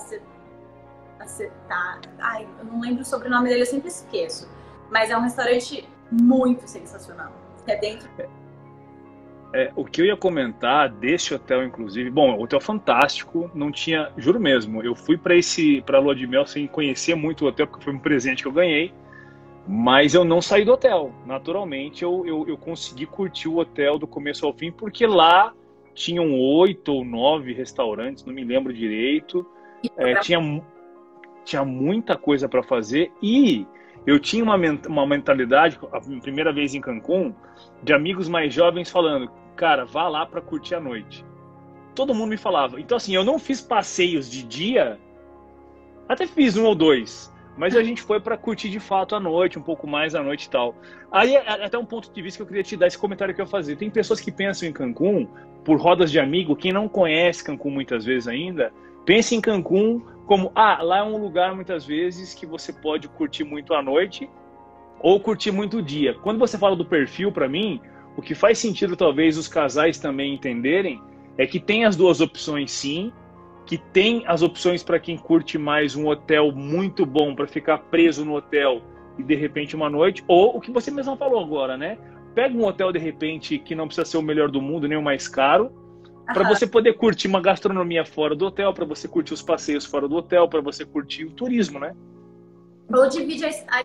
Ai, eu não lembro o sobrenome dele, eu sempre esqueço. Mas é um restaurante muito sensacional. É dentro... O que eu ia comentar desse hotel, inclusive... Bom, hotel fantástico, não tinha... Juro mesmo, eu fui para Lua de Mel sem conhecer muito o hotel, porque foi um presente que eu ganhei. Mas eu não saí do hotel. Naturalmente, eu consegui curtir o hotel do começo ao fim, porque lá tinham 8 ou 9 restaurantes, não me lembro direito. Tinha muita coisa para fazer e eu tinha uma mentalidade, a primeira vez em Cancún, de amigos mais jovens falando, cara, vá lá para curtir a noite. Todo mundo me falava. Então, assim, eu não fiz passeios de dia, até fiz 1 ou 2, mas a gente foi para curtir de fato a noite, um pouco mais à noite e tal. Aí, até um ponto de vista que eu queria te dar, esse comentário que eu ia fazer. Tem pessoas que pensam em Cancún por rodas de amigo, quem não conhece Cancún muitas vezes ainda, pensa em Cancún como, lá é um lugar muitas vezes que você pode curtir muito à noite ou curtir muito o dia. Quando você fala do perfil, para mim, o que faz sentido talvez os casais também entenderem é que tem as duas opções sim, que tem as opções para quem curte mais um hotel muito bom para ficar preso no hotel e de repente uma noite, ou o que você mesmo falou agora, né? Pega um hotel de repente que não precisa ser o melhor do mundo, nem o mais caro, para você poder curtir uma gastronomia fora do hotel, para você curtir os passeios fora do hotel, para você curtir o turismo, né? Ou divide a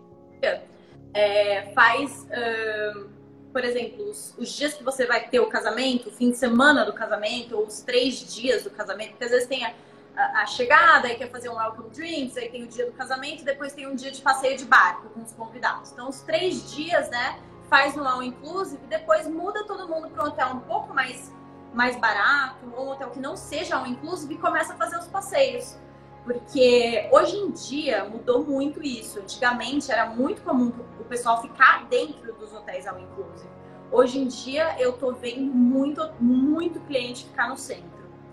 faz, por exemplo, os dias que você vai ter o casamento, o fim de semana do casamento, ou os 3 dias do casamento, porque às vezes tem a chegada, aí quer fazer um welcome drinks, aí tem o dia do casamento, depois tem um dia de passeio de barco com os convidados. Então, os 3 dias, né, faz no all inclusive, depois muda todo mundo para um hotel um pouco mais barato, ou um hotel que não seja all inclusive e começa a fazer os passeios. Porque hoje em dia mudou muito isso. Antigamente era muito comum o pessoal ficar dentro dos hotéis all inclusive. Hoje em dia eu tô vendo muito cliente ficar no centro.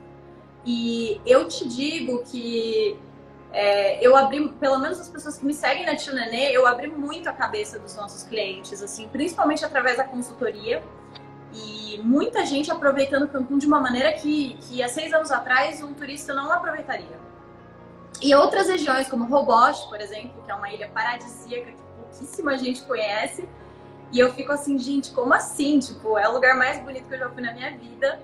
E eu te digo que eu abri, pelo menos as pessoas que me seguem na Tio Nenê, eu abri muito a cabeça dos nossos clientes, assim, principalmente através da consultoria. E muita gente aproveitando Cancún de uma maneira que há 6 anos atrás um turista não aproveitaria. E outras regiões, como Roboche, por exemplo, que é uma ilha paradisíaca que pouquíssima gente conhece. E eu fico assim, gente, como assim? Tipo, é o lugar mais bonito que eu já fui na minha vida.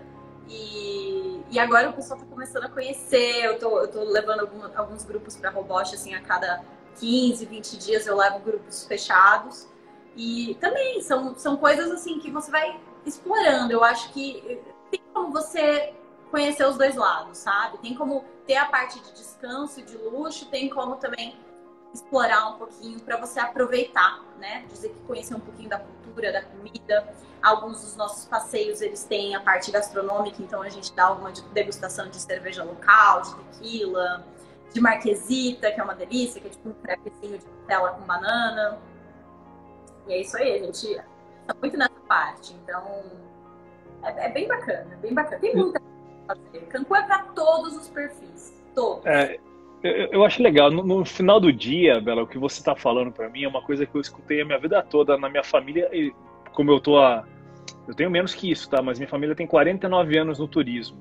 E agora o pessoal tá começando a conhecer. Eu tô levando alguns grupos para Roboche, assim, a cada 15, 20 dias eu levo grupos fechados. E também são coisas assim que você vai explorando. Eu acho que tem como você conhecer os dois lados, sabe? Tem como ter a parte de descanso e de luxo, tem como também explorar um pouquinho para você aproveitar, né? Dizer que conhecer um pouquinho da cultura, da comida. Alguns dos nossos passeios, eles têm a parte gastronômica, então a gente dá alguma degustação de cerveja local, de tequila, de marquesita, que é uma delícia, que é tipo um crepezinho de Nutella com banana. E é isso aí, a gente tá muito nessa parte, então é bem bacana, bem bacana. Tem muita coisa pra fazer. Cancún é para todos os perfis, todos. Eu acho legal. No final do dia, Bela, o que você está falando para mim é uma coisa que eu escutei a minha vida toda na minha família. E como eu tenho menos que isso, tá? Mas minha família tem 49 anos no turismo.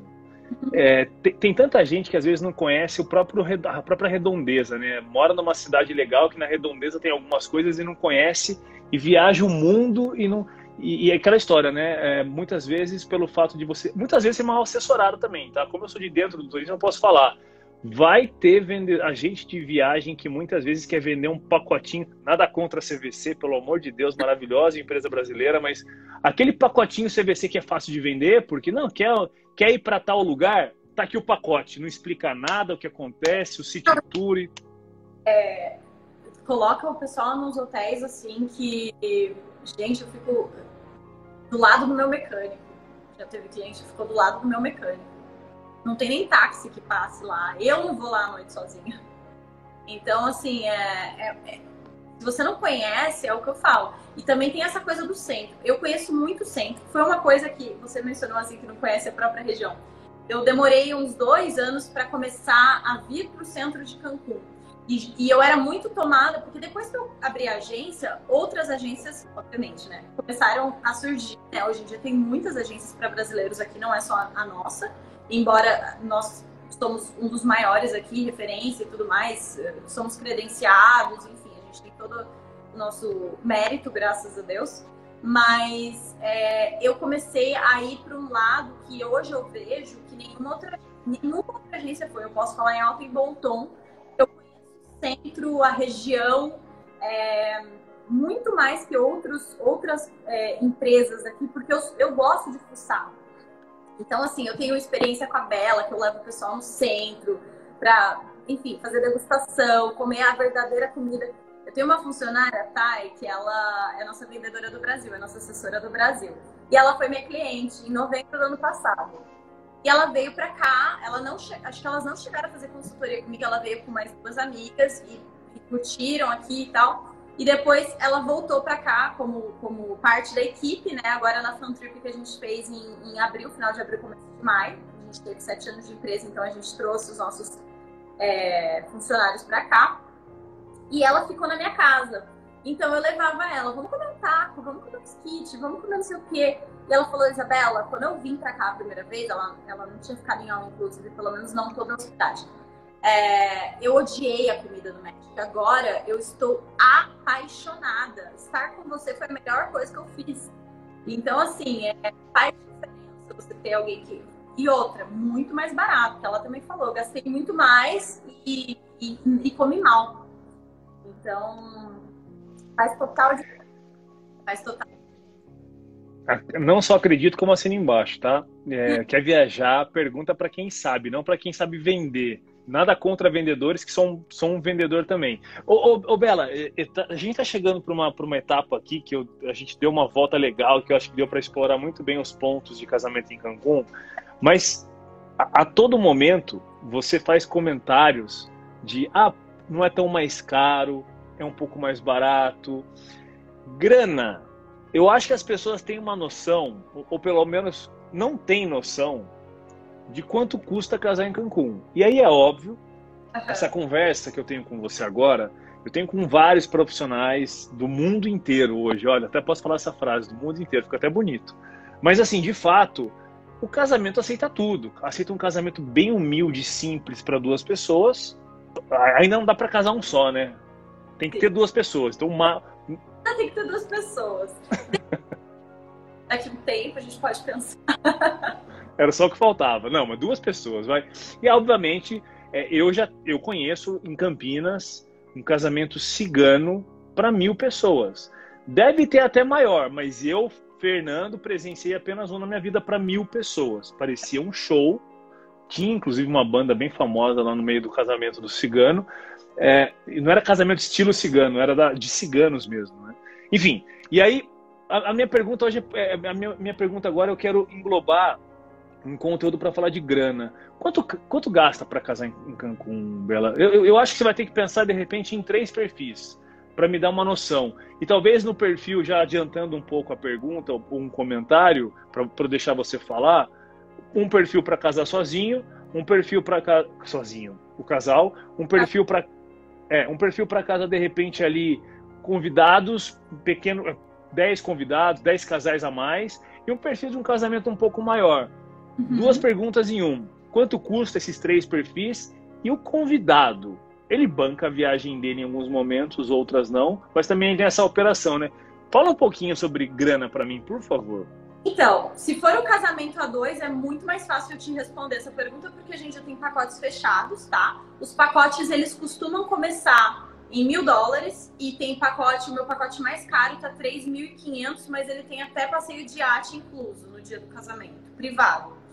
Tem tanta gente que às vezes não conhece a própria Redondeza, né? Mora numa cidade legal que na Redondeza tem algumas coisas e não conhece, e viaja o mundo e é aquela história, né? Muitas vezes pelo fato de muitas vezes ser mal assessorado também, tá? Como eu sou de dentro do turismo, eu posso falar. Vai ter agente de viagem que muitas vezes quer vender um pacotinho, nada contra a CVC, pelo amor de Deus, maravilhosa empresa brasileira, mas aquele pacotinho CVC que é fácil de vender, porque não, quer ir para tal lugar, tá aqui o pacote, não explica nada o que acontece, o city tour. coloca o pessoal nos hotéis assim que, gente, eu fico do lado do meu mecânico. Já teve cliente que ficou do lado do meu mecânico. Não tem nem táxi que passe lá. Eu não vou lá à noite sozinha. Então, assim, se você não conhece, é o que eu falo. E também tem essa coisa do centro. Eu conheço muito o centro. Foi uma coisa que você mencionou, assim, que não conhece a própria região. Eu demorei uns 2 anos para começar a vir para o centro de Cancún. E eu era muito tomada, porque depois que eu abri a agência, outras agências, obviamente, né, começaram a surgir. Né? Hoje em dia tem muitas agências para brasileiros aqui, não é só a nossa. Embora nós somos um dos maiores aqui, referência e tudo mais, somos credenciados, enfim, a gente tem todo o nosso mérito, graças a Deus. Mas eu comecei a ir para um lado que hoje eu vejo que nenhuma outra agência foi. Eu posso falar em alto e bom tom. Eu conheço o centro, a região, muito mais que outras empresas aqui, porque eu gosto de fuçar. Então, assim, eu tenho experiência com a Bela, que eu levo o pessoal no centro para, enfim, fazer degustação, comer a verdadeira comida. Eu tenho uma funcionária, Thay, que ela é a nossa vendedora do Brasil, é a nossa assessora do Brasil. E ela foi minha cliente em novembro do ano passado. E ela veio pra cá, acho que elas não chegaram a fazer consultoria comigo, ela veio com mais 2 amigas e curtiram aqui e tal. E depois ela voltou pra cá como parte da equipe, né? Agora na Fun Trip que a gente fez em abril, final de abril, começo de maio. A gente teve 7 anos de empresa, então a gente trouxe os nossos funcionários pra cá. E ela ficou na minha casa. Então eu levava ela, vamos comer um taco, vamos comer um skit, vamos comer não sei o quê. E ela falou, Isabela, quando eu vim pra cá a primeira vez, ela não tinha ficado em All Inclusive, pelo menos não toda a hospedagem. Eu odiei a comida do México. Agora eu estou apaixonada. Estar com você foi a melhor coisa que eu fiz. Então, assim, faz diferença você ter alguém que... E outra, muito mais barato, que ela também falou. Eu gastei muito mais e comi mal. Então, faz total diferença. Faz total. Não só acredito, como assino embaixo, tá? Quer viajar, pergunta para quem sabe, não para quem sabe vender. Nada contra vendedores, que são um vendedor também. Ô Bela, a gente tá chegando para uma etapa aqui que a gente deu uma volta legal, que eu acho que deu para explorar muito bem os pontos de casamento em Cancún, mas a todo momento você faz comentários de não é tão mais caro, é um pouco mais barato. Grana, eu acho que as pessoas têm uma noção, ou pelo menos não têm noção, de quanto custa casar em Cancún. E aí é óbvio, essa conversa que eu tenho com você agora, eu tenho com vários profissionais do mundo inteiro hoje. Olha, até posso falar essa frase, do mundo inteiro, fica até bonito. Mas assim, de fato, o casamento aceita tudo. Aceita um casamento bem humilde, simples para 2 pessoas. Ainda não dá para casar um só, né? Tem que ter 2 pessoas. Então, tem que ter 2 pessoas. Daqui a um tempo a gente pode pensar. Era só o que faltava. Não, mas 2 pessoas, vai. E, obviamente, eu conheço em Campinas um casamento cigano para 1.000 pessoas. Deve ter até maior, mas eu, Fernando, presenciei apenas um na minha vida para 1.000 pessoas. Parecia um show. Tinha, inclusive, uma banda bem famosa lá no meio do casamento do cigano. Não era casamento estilo cigano, era de ciganos mesmo, né? Enfim, e aí, a minha pergunta hoje, minha pergunta agora, eu quero englobar um conteúdo para falar de grana. Quanto gasta para casar em Cancún, Bela? Eu acho que você vai ter que pensar, de repente, em 3 perfis, para me dar uma noção. E talvez no perfil, já adiantando um pouco a pergunta, ou um comentário, para deixar você falar, um perfil para casar sozinho, um perfil para sozinho, o casal, um perfil para casa, de repente, ali, convidados, 10 convidados, 10 casais a mais, e um perfil de um casamento um pouco maior. 2 perguntas em um. Quanto custa esses 3 perfis? E o convidado, ele banca a viagem dele em alguns momentos, outras não, mas também tem essa operação, né? Fala um pouquinho sobre grana para mim, por favor. Então, se for um casamento a 2, é muito mais fácil eu te responder essa pergunta, porque a gente já tem pacotes fechados, tá? Os pacotes, eles costumam começar em $1.000 e tem o meu pacote mais caro tá 3.500, mas ele tem até passeio de iate incluso no dia do casamento, privado.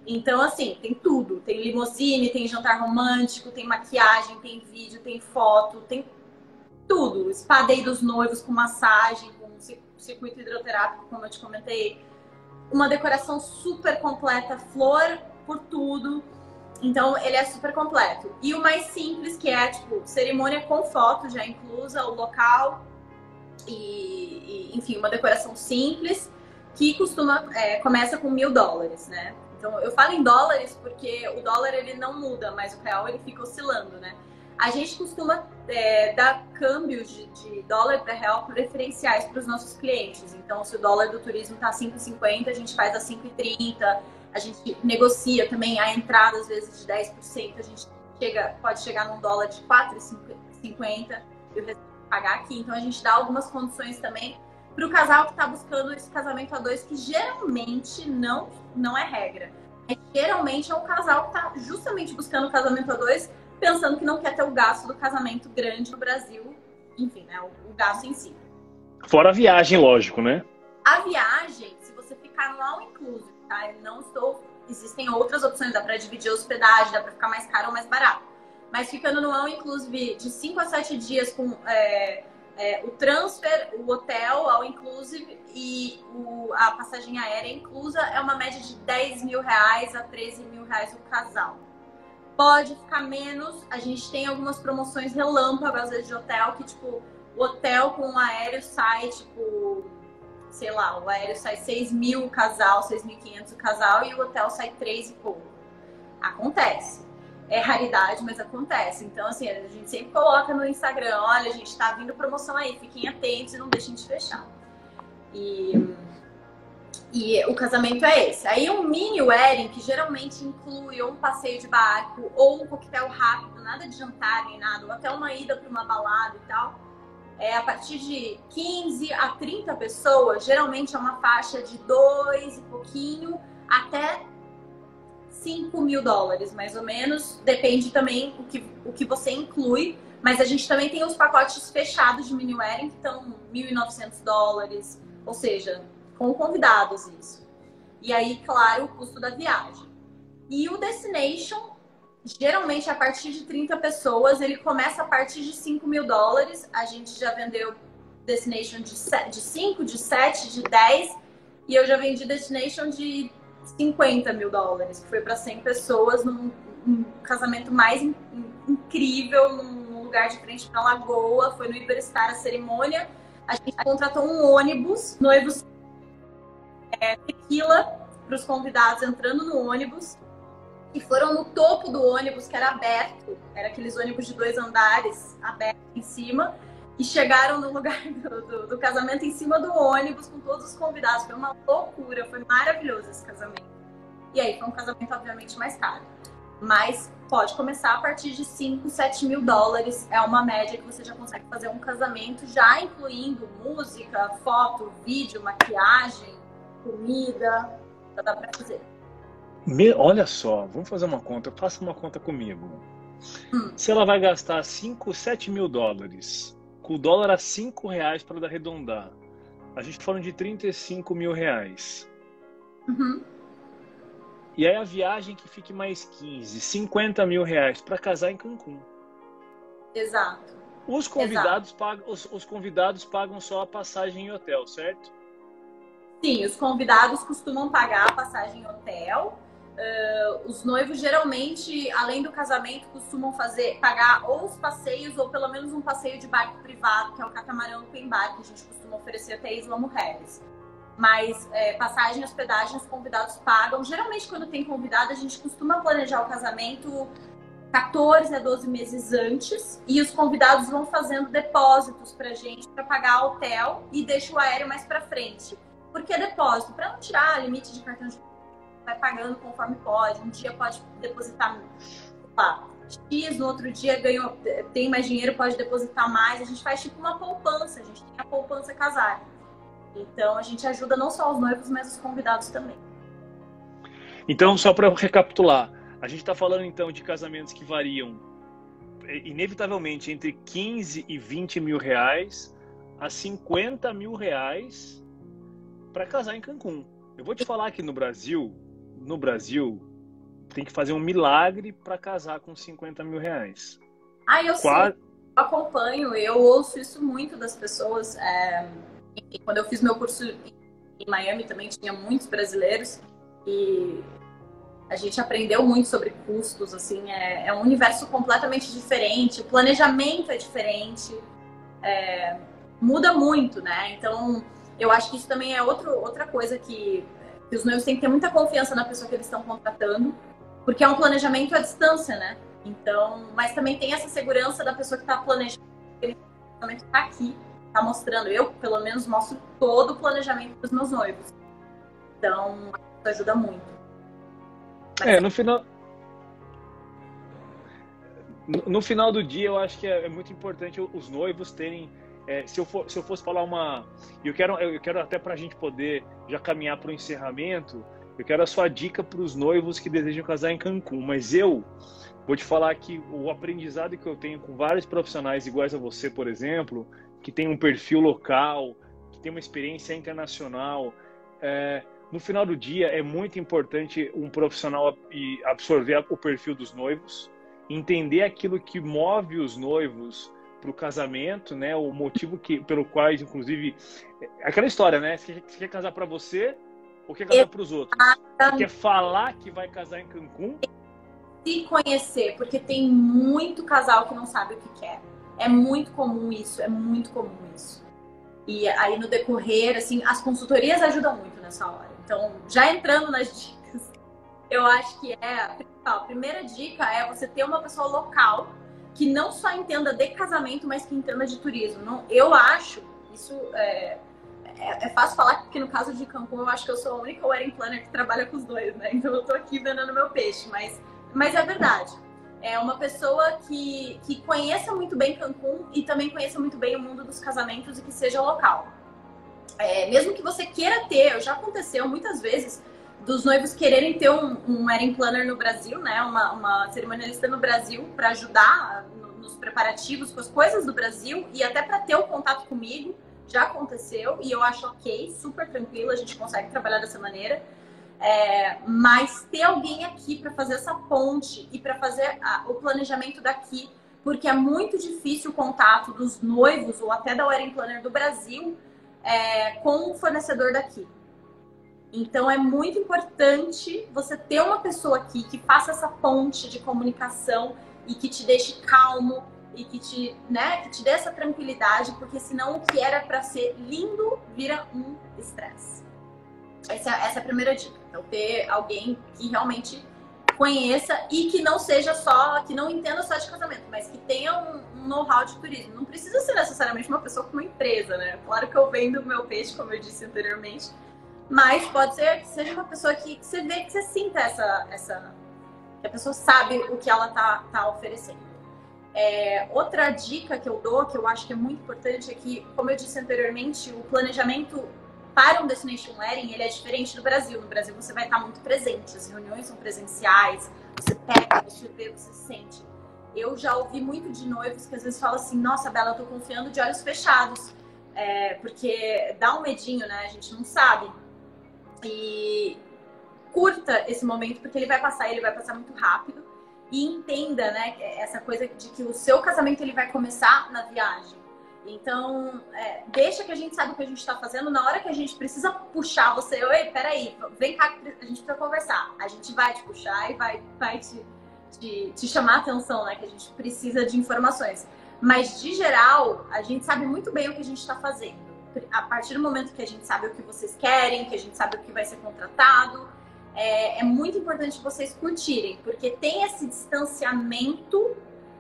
Então, assim, tem tudo. Tem limousine, tem jantar romântico, tem maquiagem, tem vídeo, tem foto, tem tudo. Spa day dos noivos com massagem, com circuito hidroterápico, como eu te comentei. Uma decoração super completa, flor por tudo. Então, ele é super completo. E o mais simples, que é, tipo, cerimônia com foto já inclusa, o local enfim, uma decoração simples, que começa com $1.000, né? Então, eu falo em dólares porque o dólar, ele não muda, mas o real, ele fica oscilando, né? A gente costuma dar câmbios de dólar para real preferenciais para os nossos clientes. Então, se o dólar do turismo está 5,50, a gente faz a 5,30. A gente negocia também a entrada, às vezes, de 10%. A gente pode chegar num dólar de 4,50 e o resto pagar aqui. Então, a gente dá algumas condições também para o casal que está buscando esse casamento a dois, que geralmente não é regra. Geralmente é um casal que está justamente buscando o casamento a dois, pensando que não quer ter o gasto do casamento grande no Brasil. Enfim, né? O gasto em si. Fora a viagem, lógico, né? A viagem, se você ficar no all inclusive, tá? Existem outras opções, dá para dividir a hospedagem, dá para ficar mais caro ou mais barato. Mas ficando no all inclusive de 5 a 7 dias com o transfer, o hotel all inclusive e a passagem aérea inclusa, é uma média de R$10.000 a R$13.000 o casal. Pode ficar menos, a gente tem algumas promoções relâmpago, às vezes, de hotel, que, tipo, o hotel com o aéreo sai, tipo, sei lá, o aéreo sai 6.000 o casal, 6.500 o casal, e o hotel sai 3 e pouco. Acontece. É raridade, mas acontece. Então, assim, a gente sempre coloca no Instagram, olha, gente, tá vindo promoção aí, fiquem atentos e não deixem de fechar. E o casamento é esse. Aí um mini wedding, que geralmente inclui ou um passeio de barco ou um coquetel rápido, nada de jantar nem nada, ou até uma ida para uma balada e tal, a partir de 15 a 30 pessoas, geralmente é uma faixa de 2 e pouquinho até $5.000, mais ou menos. Depende também o que você inclui. Mas a gente também tem os pacotes fechados de mini wedding, que estão $1.900, ou seja, com convidados isso. E aí, claro, o custo da viagem. E o destination, geralmente a partir de 30 pessoas, ele começa a partir de $5.000. A gente já vendeu destination de 5, de 7, de 10. E eu já vendi destination de $50.000, que foi para 100 pessoas num casamento mais incrível, num lugar de frente para a lagoa. Foi no Iberostar a cerimônia. A gente contratou um ônibus, noivos tequila para os convidados entrando no ônibus, e foram no topo do ônibus, que era aberto, era aqueles ônibus de 2 andares aberto em cima, e chegaram no lugar do casamento em cima do ônibus com todos os convidados. Foi uma loucura, foi maravilhoso esse casamento. E aí foi um casamento obviamente mais caro, mas pode começar a partir de $5, $7.000. É uma média que você já consegue fazer um casamento, já incluindo música, foto, vídeo, maquiagem, comida, já dá pra fazer. Olha só, vamos fazer uma conta. Faça uma conta comigo. Se ela vai gastar $5, $7.000, com o dólar a R$5 para arredondar, a gente tá falando de R$35.000. Uhum. E aí a viagem que fique mais 15, $50.000 para casar em Cancún. Exato. Os convidados pagam só a passagem em hotel, certo? Sim, os convidados costumam pagar a passagem em hotel. Os noivos geralmente, além do casamento, costumam pagar ou os passeios ou pelo menos um passeio de barco privado, que é o catamarã open bar, que a gente costuma oferecer até Isla Mujeres. Mas passagem e hospedagem os convidados pagam. Geralmente, quando tem convidado, a gente costuma planejar o casamento 14 a 12 meses antes, e os convidados vão fazendo depósitos pra gente para pagar o hotel e deixa o aéreo mais pra frente. Por que depósito? Para não tirar limite de cartão de crédito, vai pagando conforme pode. Um dia pode depositar X, no outro dia tem mais dinheiro, pode depositar mais. A gente faz tipo uma poupança, a gente tem a poupança casar. Então a gente ajuda não só os noivos, mas os convidados também. Então, só para recapitular, a gente está falando então de casamentos que variam inevitavelmente entre 15 e 20 mil reais a 50 mil reais para casar em Cancún. Eu vou te falar que no Brasil, tem que fazer um milagre para casar com 50 mil reais. Eu sei, eu acompanho, eu ouço isso muito das pessoas. Quando eu fiz meu curso em Miami também tinha muitos brasileiros e a gente aprendeu muito sobre custos, assim, é um universo completamente diferente, o planejamento é diferente, muda muito, né? Então, eu acho que isso também é outra coisa que os noivos têm que ter muita confiança na pessoa que eles estão contratando, porque é um planejamento à distância, né? Então, mas também tem essa segurança da pessoa que está planejando, que o planejamento está aqui, está mostrando. Eu, pelo menos, mostro todo o planejamento dos meus noivos. Então, isso ajuda muito. Mas, no final do dia, eu acho que é muito importante os noivos terem... se eu fosse falar eu quero até para a gente poder já caminhar para o encerramento, eu quero a sua dica para os noivos que desejam casar em Cancún. Mas eu vou te falar que o aprendizado que eu tenho com vários profissionais iguais a você, por exemplo, que tem um perfil local, que tem uma experiência internacional, no final do dia é muito importante um profissional absorver o perfil dos noivos, entender aquilo que move os noivos para o casamento, né? O motivo pelo qual, inclusive, aquela história, né? Você quer casar para você ou quer casar para os outros? Você quer falar que vai casar em Cancún? Se conhecer, porque tem muito casal que não sabe o que quer. É muito comum isso, E aí no decorrer, assim, as consultorias ajudam muito nessa hora. Então, já entrando nas dicas, eu acho que a principal. A primeira dica é você ter uma pessoa local que não só entenda de casamento, mas que entenda de turismo. Não, eu acho, isso é fácil falar, porque no caso de Cancún, eu acho que eu sou a única wedding planner que trabalha com os dois, né? Então eu tô aqui vendendo meu peixe, mas é verdade. É uma pessoa que conheça muito bem Cancún e também conheça muito bem o mundo dos casamentos e que seja local. Mesmo que você queira ter, já aconteceu muitas vezes dos noivos quererem ter um wedding planner no Brasil, né? Uma cerimonialista no Brasil para ajudar nos preparativos com as coisas do Brasil e até para ter o contato comigo. Já aconteceu e eu acho ok, super tranquilo, a gente consegue trabalhar dessa maneira. Mas ter alguém aqui para fazer essa ponte e para fazer o planejamento daqui, porque é muito difícil o contato dos noivos ou até da wedding planner do Brasil com o fornecedor daqui. Então é muito importante você ter uma pessoa aqui que faça essa ponte de comunicação e que te deixe calmo e que te dê essa tranquilidade, porque senão o que era para ser lindo vira um estresse. Essa é a primeira dica. Então, ter alguém que realmente conheça e que não seja que não entenda só de casamento, mas que tenha um know-how de turismo. Não precisa ser necessariamente uma pessoa com uma empresa, né? Claro que eu vendo o meu peixe, como eu disse anteriormente, mas pode ser que seja uma pessoa que você vê, que você sinta que a pessoa sabe o que ela tá oferecendo. Outra dica que eu dou, que eu acho que é muito importante, é que, como eu disse anteriormente, o planejamento para um Destination Wedding, ele é diferente do Brasil. No Brasil, você vai estar muito presente, as reuniões são presenciais, você pega, você vê, você sente. Eu já ouvi muito de noivos que às vezes falam assim, nossa, Bela, eu tô confiando de olhos fechados, porque dá um medinho, né? A gente não sabe. E curta esse momento, porque ele vai passar muito rápido. E entenda, né, essa coisa de que o seu casamento ele vai começar na viagem. Então, deixa que a gente sabe o que a gente está fazendo. Na hora que a gente precisa puxar você, oi, peraí, vem cá, a gente precisa conversar. A gente vai te puxar e vai te chamar a atenção, né, que a gente precisa de informações. Mas, de geral, a gente sabe muito bem o que a gente está fazendo. A partir do momento que a gente sabe o que vocês querem, que a gente sabe o que vai ser contratado, é muito importante vocês curtirem, porque tem esse distanciamento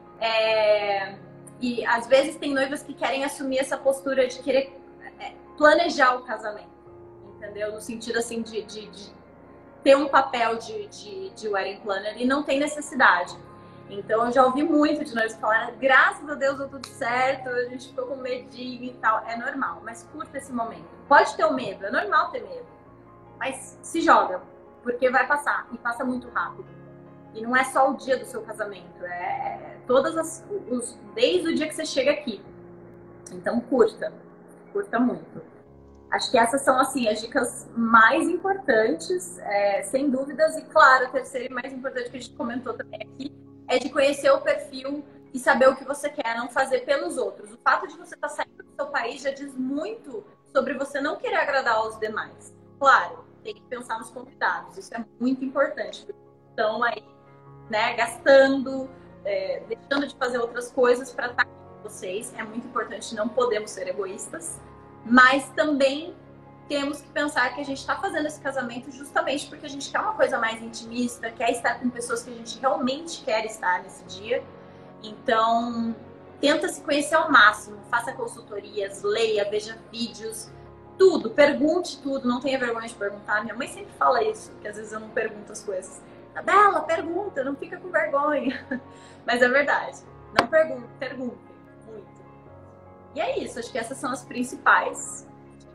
e às vezes tem noivas que querem assumir essa postura de querer planejar o casamento, entendeu? No sentido assim de ter um papel de wedding planner e não tem necessidade. Então eu já ouvi muito de noivos falar, graças a Deus deu tudo certo, a gente ficou com medinho e tal, é normal, mas curta esse momento. Pode ter o medo, é normal ter medo, mas se joga. Porque vai passar, e passa muito rápido. E não é só o dia do seu casamento, desde o dia que você chega aqui. Então curta muito. Acho que essas são, assim, as dicas mais importantes, sem dúvidas. E, claro, a terceira e mais importante que a gente comentou também aqui é de conhecer o perfil e saber o que você quer, não fazer pelos outros. O fato de você estar saindo do seu país já diz muito sobre você não querer agradar aos demais. Claro, tem que pensar nos convidados, isso é muito importante. Então, aí, né, gastando, deixando de fazer outras coisas para estar com vocês. É muito importante, não podemos ser egoístas. Mas também temos que pensar que a gente está fazendo esse casamento justamente porque a gente quer uma coisa mais intimista, quer estar com pessoas que a gente realmente quer estar nesse dia. Então, tenta se conhecer ao máximo, faça consultorias, leia, veja vídeos, tudo, pergunte tudo, não tenha vergonha de perguntar. Minha mãe sempre fala isso, que às vezes eu não pergunto as coisas. Bela, pergunta, não fica com vergonha. Mas é verdade, não pergunte, pergunte muito. E é isso, acho que essas são as principais.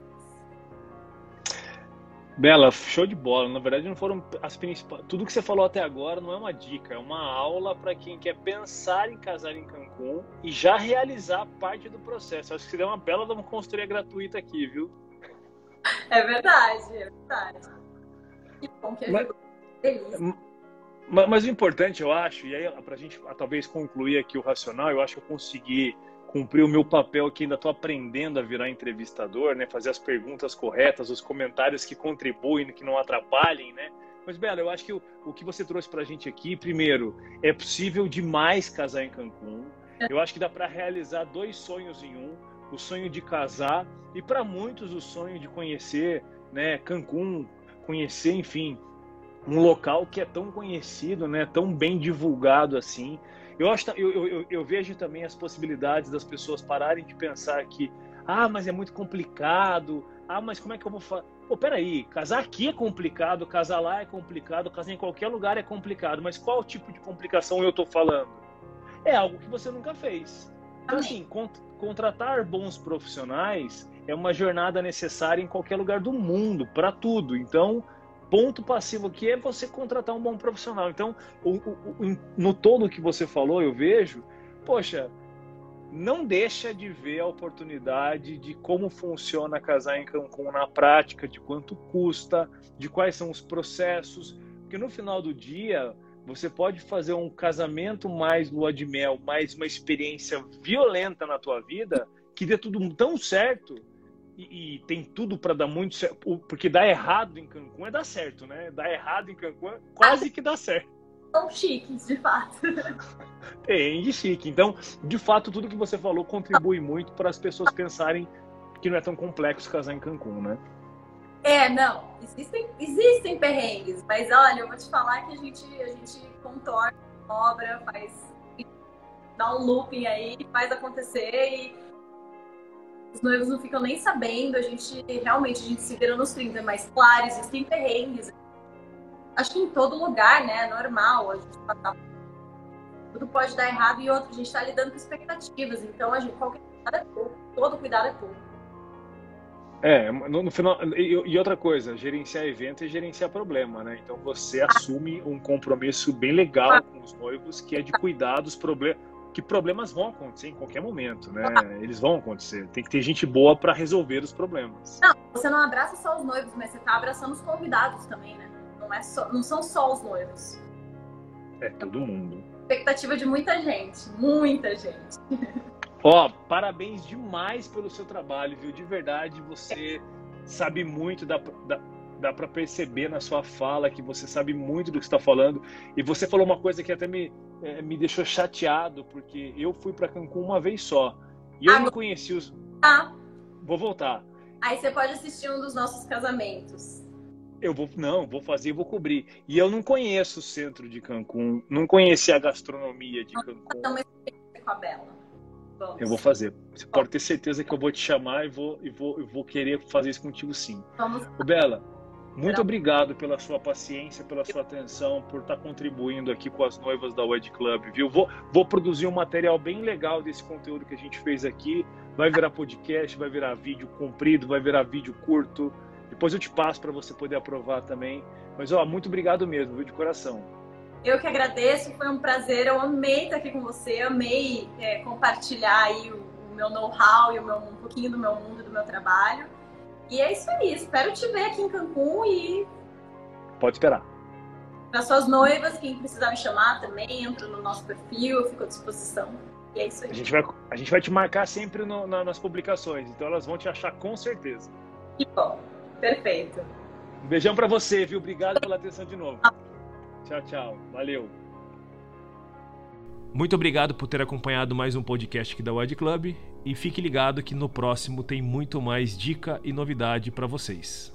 Bela, show de bola. Na verdade, não foram as principais. Tudo que você falou até agora não é uma dica, é uma aula para quem quer pensar em casar em Cancún e já realizar parte do processo. Acho que você deu uma bela de uma consultoria gratuita aqui, viu? É verdade, é verdade. Que bom que ajudou. Delícia. Mas o importante, eu acho, e aí para a gente talvez concluir aqui o racional, eu acho que eu consegui cumprir o meu papel aqui, ainda estou aprendendo a virar entrevistador, né? Fazer as perguntas corretas, os comentários que contribuem, que não atrapalhem, né? Mas, Bela, eu acho que o que você trouxe para a gente aqui, primeiro, é possível demais casar em Cancún. Eu acho que dá para realizar 2 sonhos em um, o sonho de casar e, para muitos, o sonho de conhecer, né, Cancún, conhecer, enfim, um local que é tão conhecido, né, tão bem divulgado assim. Eu vejo também as possibilidades das pessoas pararem de pensar que, mas é muito complicado, mas como é que eu vou fazer? Pô, peraí, casar aqui é complicado, casar lá é complicado, casar em qualquer lugar é complicado, mas qual tipo de complicação eu estou falando? É algo que você nunca fez. Então, assim, contratar bons profissionais é uma jornada necessária em qualquer lugar do mundo, para tudo. Então, ponto passivo aqui é você contratar um bom profissional. Então, no todo que você falou, eu vejo, poxa, não deixa de ver a oportunidade de como funciona casar em Cancún na prática, de quanto custa, de quais são os processos, porque no final do dia você pode fazer um casamento mais lua de mel, mais uma experiência violenta na tua vida, que dê tudo tão certo. E tem tudo para dar muito certo, porque dar errado em Cancún é dar certo, né? Dar errado em Cancún é quase que dá certo. São chiques, de fato. Tem de chique. Então, de fato, tudo que você falou contribui muito para as pessoas pensarem que não é tão complexo casar em Cancún, né? Não. Existem perrengues, mas olha, eu vou te falar que a gente contorna a obra, dá um looping aí, faz acontecer e os noivos não ficam nem sabendo, a gente se vira nos 30, mas claro, existem perrengues. Acho que em todo lugar, né, é normal, a gente passar. Tudo pode dar errado e outro, a gente está lidando com expectativas, então qualquer cuidado é pouco, todo cuidado é pouco. No final, e outra coisa, gerenciar evento é gerenciar problema, né? Então você assume um compromisso bem legal com os noivos, que é de cuidar dos problemas. Que problemas vão acontecer em qualquer momento, né? Eles vão acontecer. Tem que ter gente boa para resolver os problemas. Não, você não abraça só os noivos, mas você tá abraçando os convidados também, né? Não são só os noivos. É todo mundo. Expectativa de muita gente, muita gente. Parabéns demais pelo seu trabalho, viu? De verdade, você sabe muito, dá para perceber na sua fala que você sabe muito do que está falando. E você falou uma coisa que até me deixou chateado, porque eu fui para Cancún uma vez só. E eu não conheci os... Vou voltar. Aí você pode assistir um dos nossos casamentos. Vou fazer e vou cobrir. E eu não conheço o centro de Cancún, não conheci a gastronomia de Cancún. Vou fazer uma experiência com a Bela. Vamos. Eu vou fazer. Você pode ter certeza que eu vou te chamar e vou querer fazer isso contigo sim. Vamos. Bela, muito obrigado pela sua paciência, pela sua atenção, por estar contribuindo aqui com as noivas da Wed Club, viu? Vou produzir um material bem legal desse conteúdo que a gente fez aqui. Vai virar podcast, vai virar vídeo comprido, vai virar vídeo curto. Depois eu te passo para você poder aprovar também. Mas, muito obrigado mesmo, viu? De coração. Eu que agradeço, foi um prazer. Eu amei estar aqui com você, amei compartilhar aí o meu know-how e um pouquinho do meu mundo, do meu trabalho. E é isso aí, espero te ver aqui em Cancún e Pode esperar. para suas noivas, quem precisar me chamar também, entra no nosso perfil, eu fico à disposição. E é isso aí. A gente vai te marcar sempre nas publicações, então elas vão te achar com certeza. Que bom, perfeito. Um beijão pra você, viu? Obrigado pela atenção de novo. Tchau, tchau. Valeu. Muito obrigado por ter acompanhado mais um podcast aqui da Wed Club e fique ligado que no próximo tem muito mais dica e novidade para vocês.